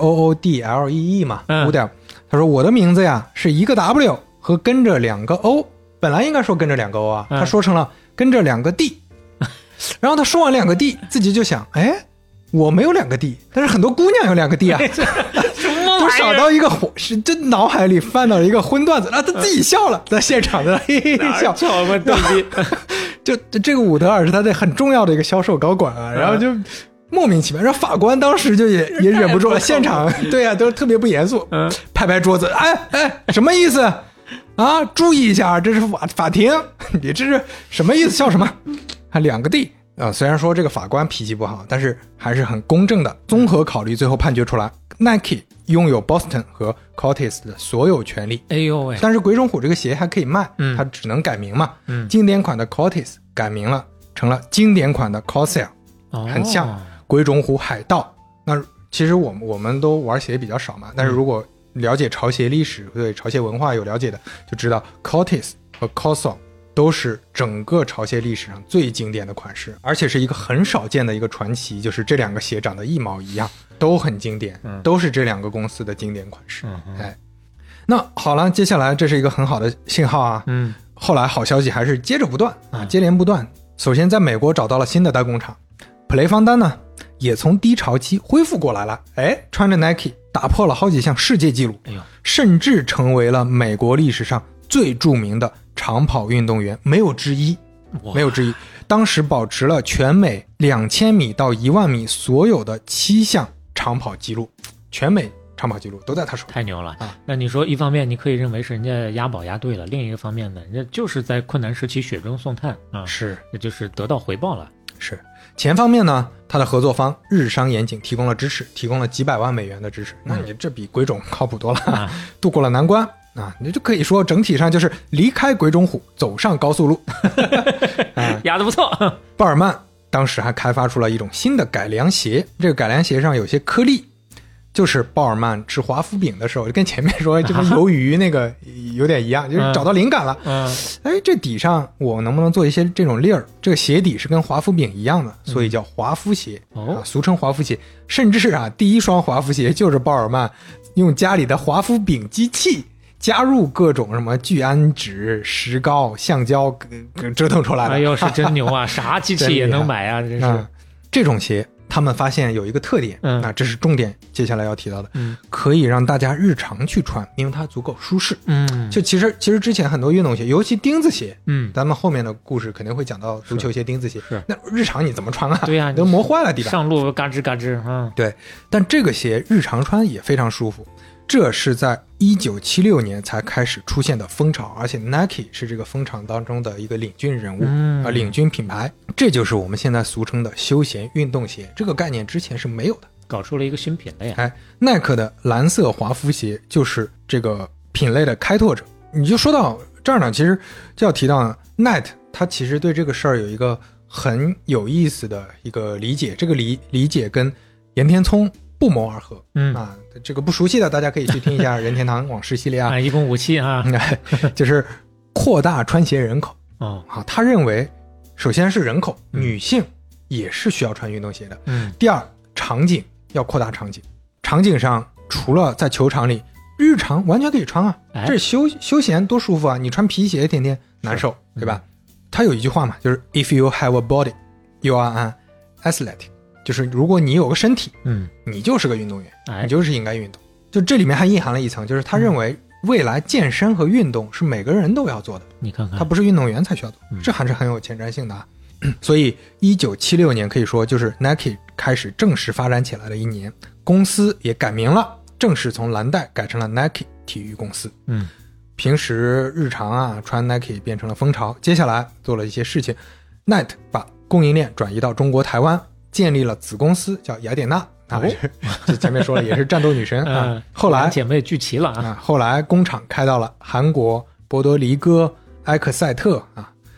WOODLEE 嘛，伍德尔。他说我的名字呀是一个 W 和跟着2个 O， 本来应该说跟着2个 O 啊，他说成了跟着2个 D。然后他说完2个 D， 自己就想，哎，我没有2个 D， 但是很多姑娘有2个 D 啊，都少到一个是这脑海里翻到了一个荤段子，然后他自己笑了，在现场的嘿嘿嘿笑。就这个伍德尔是他的很重要的一个销售高管啊，然后就莫名其妙，然后法官当时就也忍不住了，现场对啊都特别不严肃，拍拍桌子，哎，什么意思啊？注意一下，这是法庭，你这是什么意思？笑什么？还2个 D 啊！虽然说这个法官脾气不好，但是还是很公正的，综合考虑，最后判决出来 ，Nike 拥有 Boston 和 Cortez 的所有权利。 哎呦喂！ 但是鬼冢虎这个鞋还可以卖，它只能改名嘛。经典款的 Cortez 改名了，成了经典款的 Corsair，很像鬼冢虎海盗。那其实我们都玩鞋比较少嘛，但是如果了解潮鞋历史，对潮鞋文化有了解的，就知道 Cortez 和 Corsair都是整个潮鞋历史上最经典的款式，而且是一个很少见的一个传奇，就是这2个鞋长得一毛一样，都很经典，都是这2个公司的经典款式。哎，那好了，接下来这是一个很好的信号啊。后来好消息还是接着不断啊，接连不断。首先在美国找到了新的代工厂，普雷方丹呢也从低潮期恢复过来了，哎，穿着 Nike 打破了好几项世界纪录，甚至成为了美国历史上最著名的长跑运动员，没有之一。当时保持了全美2000米到1万米所有的7项长跑记录，全美长跑记录都在他手里， 太牛了啊！那你说一方面你可以认为是人家押宝押对了，另一个方面呢，人家就是在困难时期雪中送炭啊， 是， 那就是得到回报了。 是钱方面呢，他的合作方日商严谨提供了支持，提供了几百万美元的支持，那你这比鬼冢靠谱多了，度过了难关啊，你就可以说整体上就是离开鬼冢虎走上高速路。 押得不错。 鲍尔曼当时还开发出了一种新的改良鞋，这个改良鞋上有些颗粒，就是鲍尔曼吃华夫饼的时候，就跟前面说这个鱿鱼那个有点一样，就是找到灵感了。哎，这底上我能不能做一些这种粒儿？这个鞋底是跟华夫饼一样的，所以叫华夫鞋，俗称华夫鞋。甚至啊，第一双华夫鞋就是鲍尔曼用家里的华夫饼机器加入各种什么聚氨酯、石膏、橡胶折腾出来的。 哎呦，是真牛啊！啥机器也能买啊，真是。 这种鞋他们发现有一个特点，这是重点，接下来要提到的，可以让大家日常去穿，因为它足够舒适。就其实之前很多运动鞋，尤其钉子鞋，咱们后面的故事肯定会讲到足球鞋、钉子鞋，那日常你怎么穿啊？ 对呀， 都磨坏了地板， 上路嘎吱嘎吱啊。 对，但这个鞋日常穿也非常舒服。这是在1976年才开始出现的风潮，而且 Nike 是这个风潮当中的一个领军人物，领军品牌。这就是我们现在俗称的休闲运动鞋，这个概念之前是没有的， 搞出了一个新品类。 哎，耐克的蓝色华夫鞋就是这个品类的开拓者。你就说到这儿呢，其实就要提到 Nike， 他其实对这个事儿有一个很有意思的一个理解，这个理解跟岩田聪不谋而合。这个不熟悉的大家可以去听一下任天堂往事系列啊， 一共武器啊， 就是扩大穿鞋人口。他认为首先是人口，女性也是需要穿运动鞋的。第二，场景要扩大场景，场景上除了在球场里，日常完全可以穿啊，这休闲多舒服啊，你穿皮鞋天天难受，对吧？他有一句话嘛，就是 If you have a body, you are an athlete。就是如果你有个身体，你就是个运动员，你就是应该运动。就这里面还蕴含了一层，就是他认为未来健身和运动是每个人都要做的， 你看看， 他不是运动员才需要做，这还是很有前瞻性的啊。所以1976年可以说就是 Nike 开始正式发展起来的一年，公司也改名了，正式从蓝带改成了 Nike 体育公司。平时日常啊穿 Nike 变成了风潮。接下来做了一些事情， Nike 把供应链转移到中国台湾，建立了子公司叫雅典娜这前面说了也是战斗女神啊。后来姐妹聚齐了啊。 后来工厂开到了韩国波多黎各、埃克塞特啊，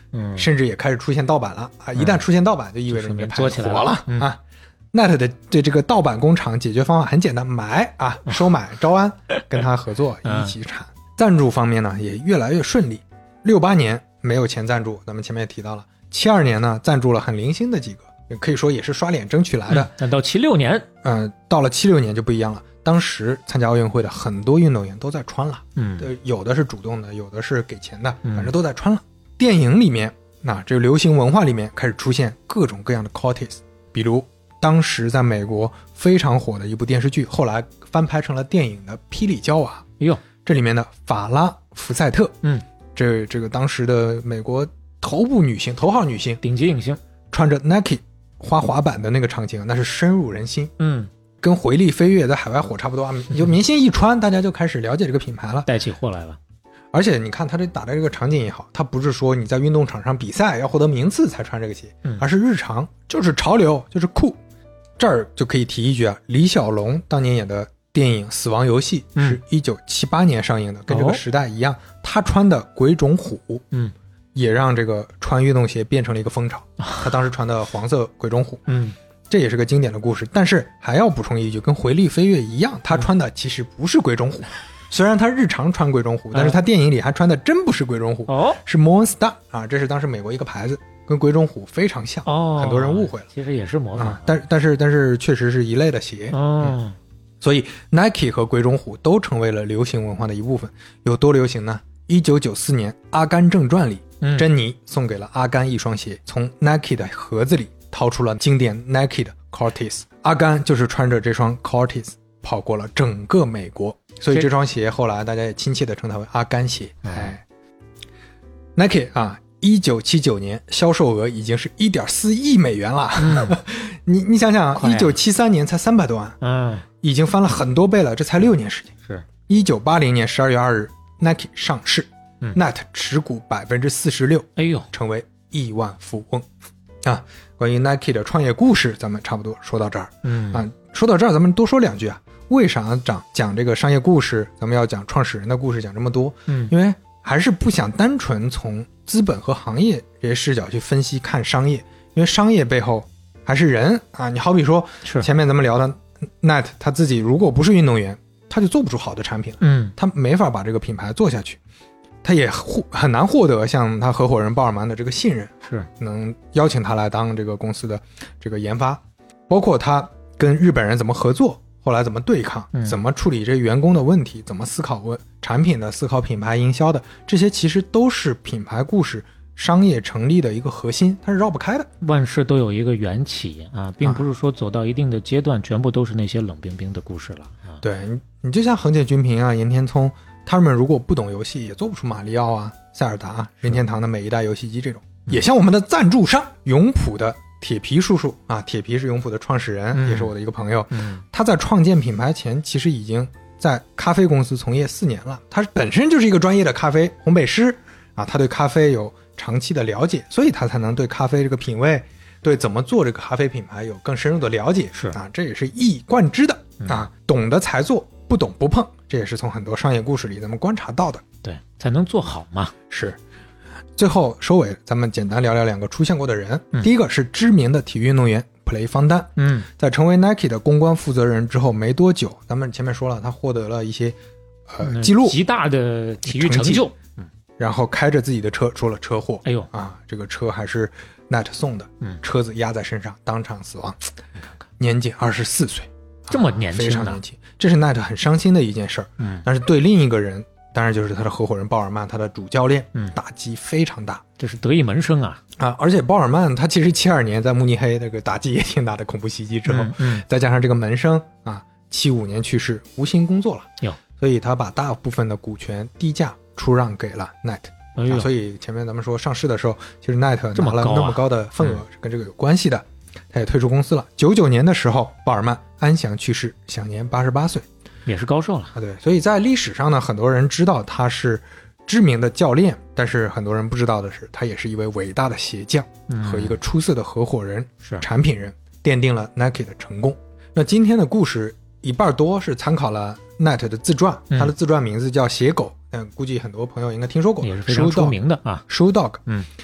甚至也开始出现盗版了啊！一旦出现盗版，就意味着你的牌子火了啊！Knight 的对这个盗版工厂解决方法很简单，买啊，收买招安，跟他合作一起产。赞助方面呢也越来越顺利。68年没有钱赞助，咱们前面也提到了。72年呢赞助了很零星的几个，可以说也是刷脸争取来的。 但到76年， 到了76年就不一样了。当时参加奥运会的很多运动员都在穿了，有的是主动的，有的是给钱的，反正都在穿了。电影里面，这个流行文化里面开始出现各种各样的 Cortez， 比如当时在美国非常火的一部电视剧，后来翻拍成了电影的《霹雳娇娃》。这里面的法拉福赛特，这个当时的美国头号女星， 顶级影星， 穿着 Nike 花滑板的那个场景，那是深入人心。跟回力飞跃在海外火差不多啊，就明星一穿，大家就开始了解这个品牌了， 带起货来了。 而且你看他这打的这个场景也好，他不是说你在运动场上比赛要获得名次才穿这个鞋，而是日常，就是潮流，就是酷。这儿就可以提一句啊，李小龙当年演的电影《死亡游戏》是1978年上映的，跟这个时代一样，他穿的鬼冢虎，也让这个穿运动鞋变成了一个风潮。他当时穿的黄色鬼冢虎，这也是个经典的故事。但是还要补充一句，跟回力飞跃一样，他穿的其实不是鬼冢虎。虽然他日常穿鬼冢虎，但是他电影里还穿的真不是鬼冢虎，是 Moonstar 啊，这是当时美国一个牌子，跟鬼冢虎非常像，很多人误会了， 其实也是模仿， 但是确实是一类的鞋。所以 Nike 和鬼冢虎都成为了流行文化的一部分。有多流行呢？1994年《阿甘正传》里，珍妮送给了阿甘一双鞋，从 Nike 的盒子里掏出了经典 Nike 的 Cortez， 阿甘就是穿着这双 Cortez 跑过了整个美国，所以这双鞋后来大家也亲切地称它为阿甘鞋。Nike 啊，1979年销售额已经是1.4亿美元了。你想想，1973年才300多万，已经翻了很多倍了，这才6年时间。 是 1980年12月2日 Nike 上市，Knight 持股46%，成为亿万富翁啊。关于 Nike 的创业故事咱们差不多说到这儿。说到这儿咱们多说两句啊。为啥讲这个商业故事，咱们要讲创始人的故事讲这么多？因为还是不想单纯从资本和行业这些视角去分析看商业，因为商业背后还是人啊。你好比说前面咱们聊的 Knight 他自己如果不是运动员，他就做不出好的产品了，他没法把这个品牌做下去，他也很难获得像他合伙人鲍尔曼的这个信任， 是能邀请他来当这个公司的这个研发，包括他跟日本人怎么合作，后来怎么对抗，怎么处理这员工的问题，怎么思考产品的，思考品牌营销的，这些其实都是品牌故事商业成立的一个核心，它是绕不开的。 万事都有一个缘起啊，并不是说走到一定的阶段全部都是那些冷冰冰的故事了啊。 对，你就像横田军平啊、岩田聪，他们如果不懂游戏也做不出马里奥啊、塞尔达、任天堂的每一代游戏机这种。也像我们的赞助商永璞的铁皮叔叔啊，铁皮是永璞的创始人，也是我的一个朋友。他在创建品牌前其实已经在咖啡公司从业4年了，他本身就是一个专业的咖啡烘焙师啊，他对咖啡有长期的了解，所以他才能对咖啡这个品味，对怎么做这个咖啡品牌有更深入的了解。 是啊，这也是一以贯之的啊，懂得才做，不懂不碰，这也是从很多商业故事里咱们观察到的。 对，才能做好嘛。 是。最后收尾，咱们简单聊聊2个出现过的人。第一个是知名的体育运动员普雷方丹。在成为 Nike 的公关负责人之后没多久，咱们前面说了，他获得了一些记录极大的体育成就。 然后开着自己的车出了车祸。这个车还是 Knight 送的，车子压在身上当场死亡，年仅24岁， 这么年轻的， 非常年轻，这是 Knight 很伤心的一件事儿。但是对另一个人，当然就是他的合伙人鲍尔曼，他的主教练，打击非常大， 这是得意门生啊！ 而且鲍尔曼他其实72年在慕尼黑那个打击也挺大的恐怖袭击之后，再加上这个门生啊，75年去世，无心工作了，所以他把大部分的股权低价出让给了 Knight。所以前面咱们说上市的时候，其实 Knight 拿了那么高的份额是跟这个有关系的，他也退出公司了。99年的时候，鲍尔曼安详去世，享年88岁。 也是高寿了对，所以在历史上呢，很多人知道他是知名的教练，但是很多人不知道的是，他也是一位伟大的鞋匠和一个出色的合伙人， 是产品人，奠定了 Nike 的成功。那今天的故事一半多是参考了 Knight 的自传，他的自传名字叫鞋狗，估计很多朋友应该听说过， 也是非常出名的啊。 Shoe Dog，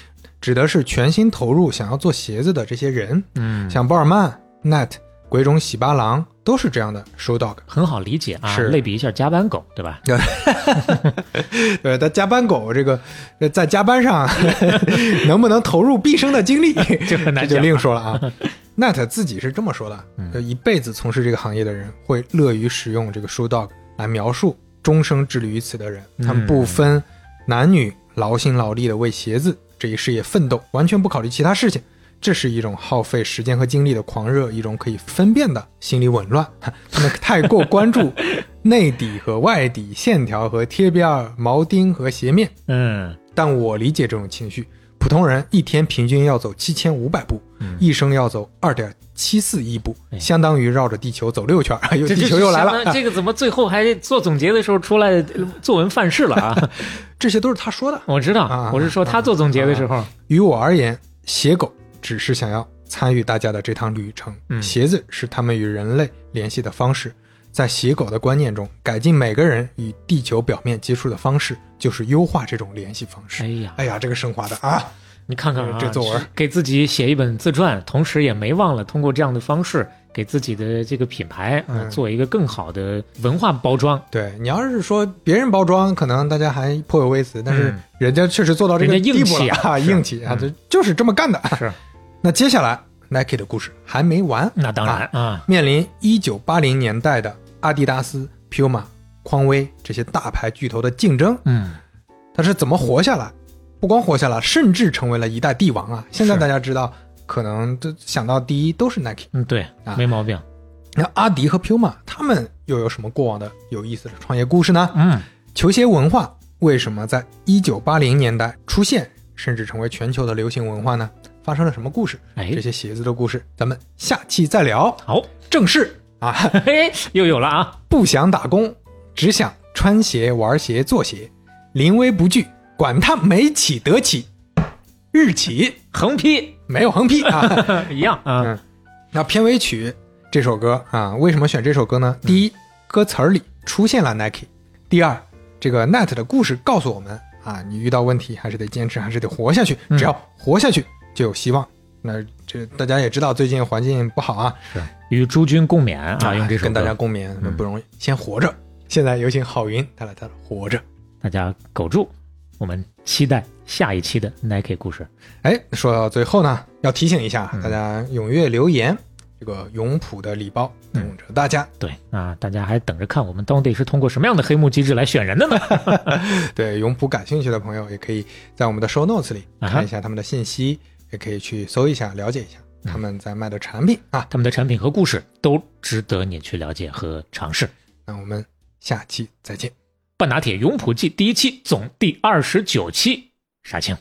指的是全心投入想要做鞋子的这些人。像鲍尔曼、Net、鬼冢喜八郎都是这样的 show dog， 很好理解啊， 是类比一下加班狗，对吧？ 对，但加班狗这个在加班上能不能投入毕生的精力， 就很难讲， 这就另说了啊。Net 自己是这么说的，一辈子从事这个行业的人会乐于使用这个 show dog 来描述终生致力于此的人，他们不分男女，劳心劳力的为鞋子这一事业奋斗，完全不考虑其他事情。这是一种耗费时间和精力的狂热，一种可以分辨的心理紊乱。他们太过关注内底和外底线条和贴边、铆钉和鞋面。但我理解这种情绪。普通人一天平均要走7500步，一生要走2.74亿步，相当于绕着地球走6圈。地球又来了， 这个怎么最后还做总结的时候出来作文范式了啊？ 这些都是他说的， 我知道，我是说他做总结的时候。 于我而言，鞋狗只是想要参与大家的这趟旅程，鞋子是他们与人类联系的方式。在鞋狗的观念中，改进每个人与地球表面接触的方式，就是优化这种联系方式。哎呀，这个升华的啊！ 你看看啊， 这作文给自己写一本自传，同时也没忘了通过这样的方式给自己的这个品牌做一个更好的文化包装。 对，你要是说别人包装，可能大家还颇有微词，但是人家确实做到这个地步了，硬气啊，就是这么干的。 是。 那接下来 Nike 的故事还没完， 那当然啊， 面临1980年代的阿迪达斯、Puma、匡威这些大牌巨头的竞争，他是怎么活下来？不光活下来，甚至成为了一代帝王啊！现在大家知道，可能想到第一都是 Nike。 对，没毛病。 那阿迪和 Puma 他们又有什么过往的有意思的创业故事呢？球鞋文化为什么在1980年代出现，甚至成为全球的流行文化呢？发生了什么故事？这些鞋子的故事，咱们下期再聊。 好， 正式啊， 又有了啊！ 不想打工，只想穿鞋、玩鞋、做鞋，临危不惧，管他没起得起，日起横批没有横批啊， 一样啊。 那片尾曲这首歌啊，为什么选这首歌呢？第一，歌词里出现了 Nike；第二，这个 Net 的故事告诉我们啊，你遇到问题还是得坚持，还是得活下去，只要活下去就有希望。那这大家也知道，最近环境不好啊， 是与诸君共勉啊，用这首歌跟大家共勉，不容易，先活着。现在有请郝云带来他的活着， 大家苟住，我们期待下一期的 Nike 故事。 说到最后呢，要提醒一下大家踊跃留言，这个永璞的礼包等着大家。 对啊，大家还等着看我们到底是通过什么样的黑幕机制来选人的呢？ 对永璞感兴趣的朋友，也可以在我们的 show notes 里看一下他们的信息，也可以去搜一下了解一下他们在卖的产品啊， 他们的产品和故事都值得你去了解和尝试。 那我们下期再见。 半打铁永璞记第1期总第29期，杀青。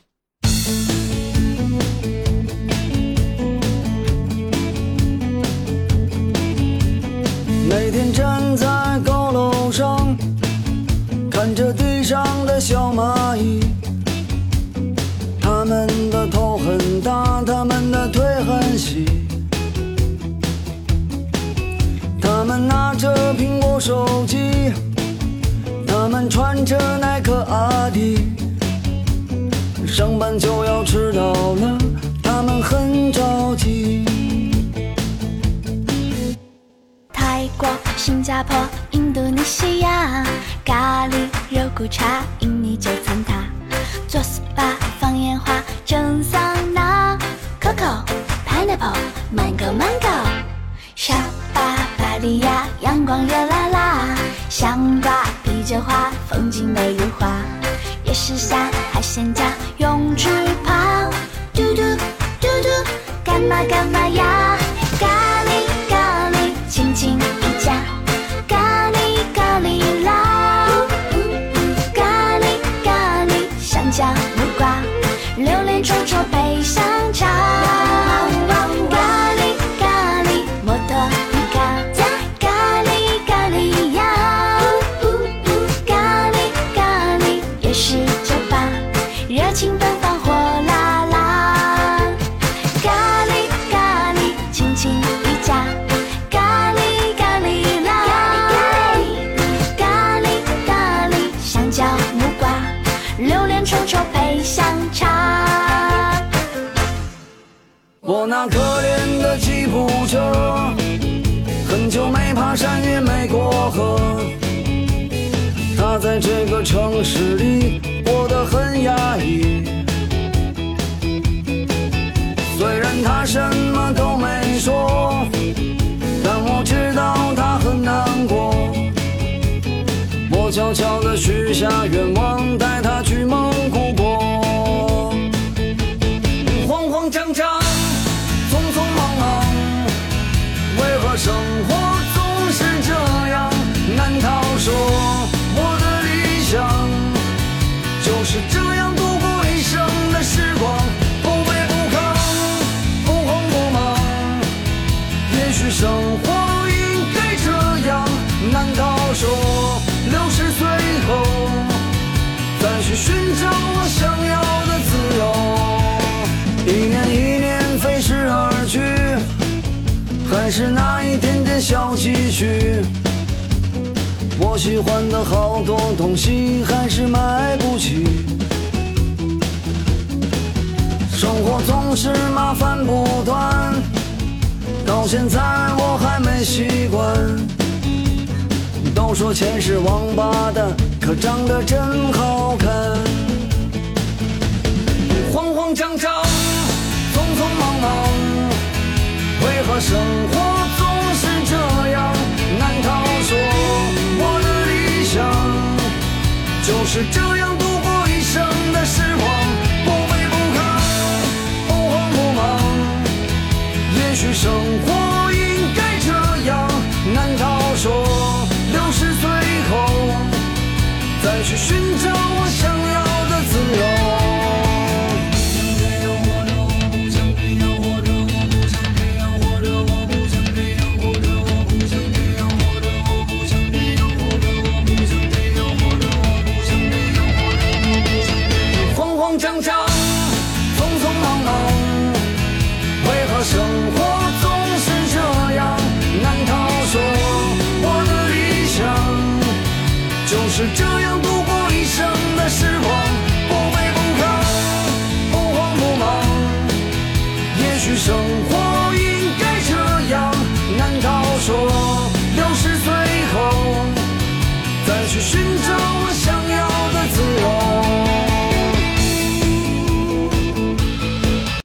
每天站在高楼上，看着地上的小蚂蚁，他们的头很大，他们的腿很细，他们拿着苹果手机，他们穿着耐克阿迪，上班就要迟到了，他们很着急。 泰国、新加坡、印度尼西亚，咖喱、肉骨茶、印尼就餐塔，做 SPA、放烟花、蒸桑拿 ，Coco、Pineapple、Mango，沙巴、巴利亚，阳光热辣辣，香瓜、啤酒花，风景美如画，夜市下海鲜价，泳池旁，嘟嘟嘟嘟，干嘛干嘛呀？咖喱咖喱，亲亲一家，咖喱咖喱啦，咖喱咖喱，香蕉木瓜，榴莲臭臭配香肠，咖喱咖喱，摩托皮卡，咖喱咖喱呀，咖喱咖喱，夜市酒吧，热情奔放火辣辣，咖喱咖喱，亲亲一家，咖喱咖喱啦，咖喱咖喱，香蕉木瓜，榴莲臭臭配香肠。 那可怜的吉普车，很久没爬山也没过河。他在这个城市里过得很压抑，虽然他什么都没说，但我知道他很难过。我悄悄地许下愿望，带他去蒙古国。慌慌张张，匆匆忙忙，为何生活总是这样难逃？说我的理想就是这样度过一生的时光，不卑不亢，不慌不忙。也许生活应该这样，难道说60岁后再去寻找我想要的自由？一年一年飞逝而去，还是那一点点小积蓄。我喜欢的好多东西还是买不起，生活总是麻烦不断，到现在我还没习惯。都说钱是王八蛋，可长得真好看。慌慌张张，匆匆忙忙，为何生活总是这样难逃？说我的理想就是这样度过一生的时光，不卑不亢，不慌不忙。也许生活应该这样，难道说60岁后再去寻找我想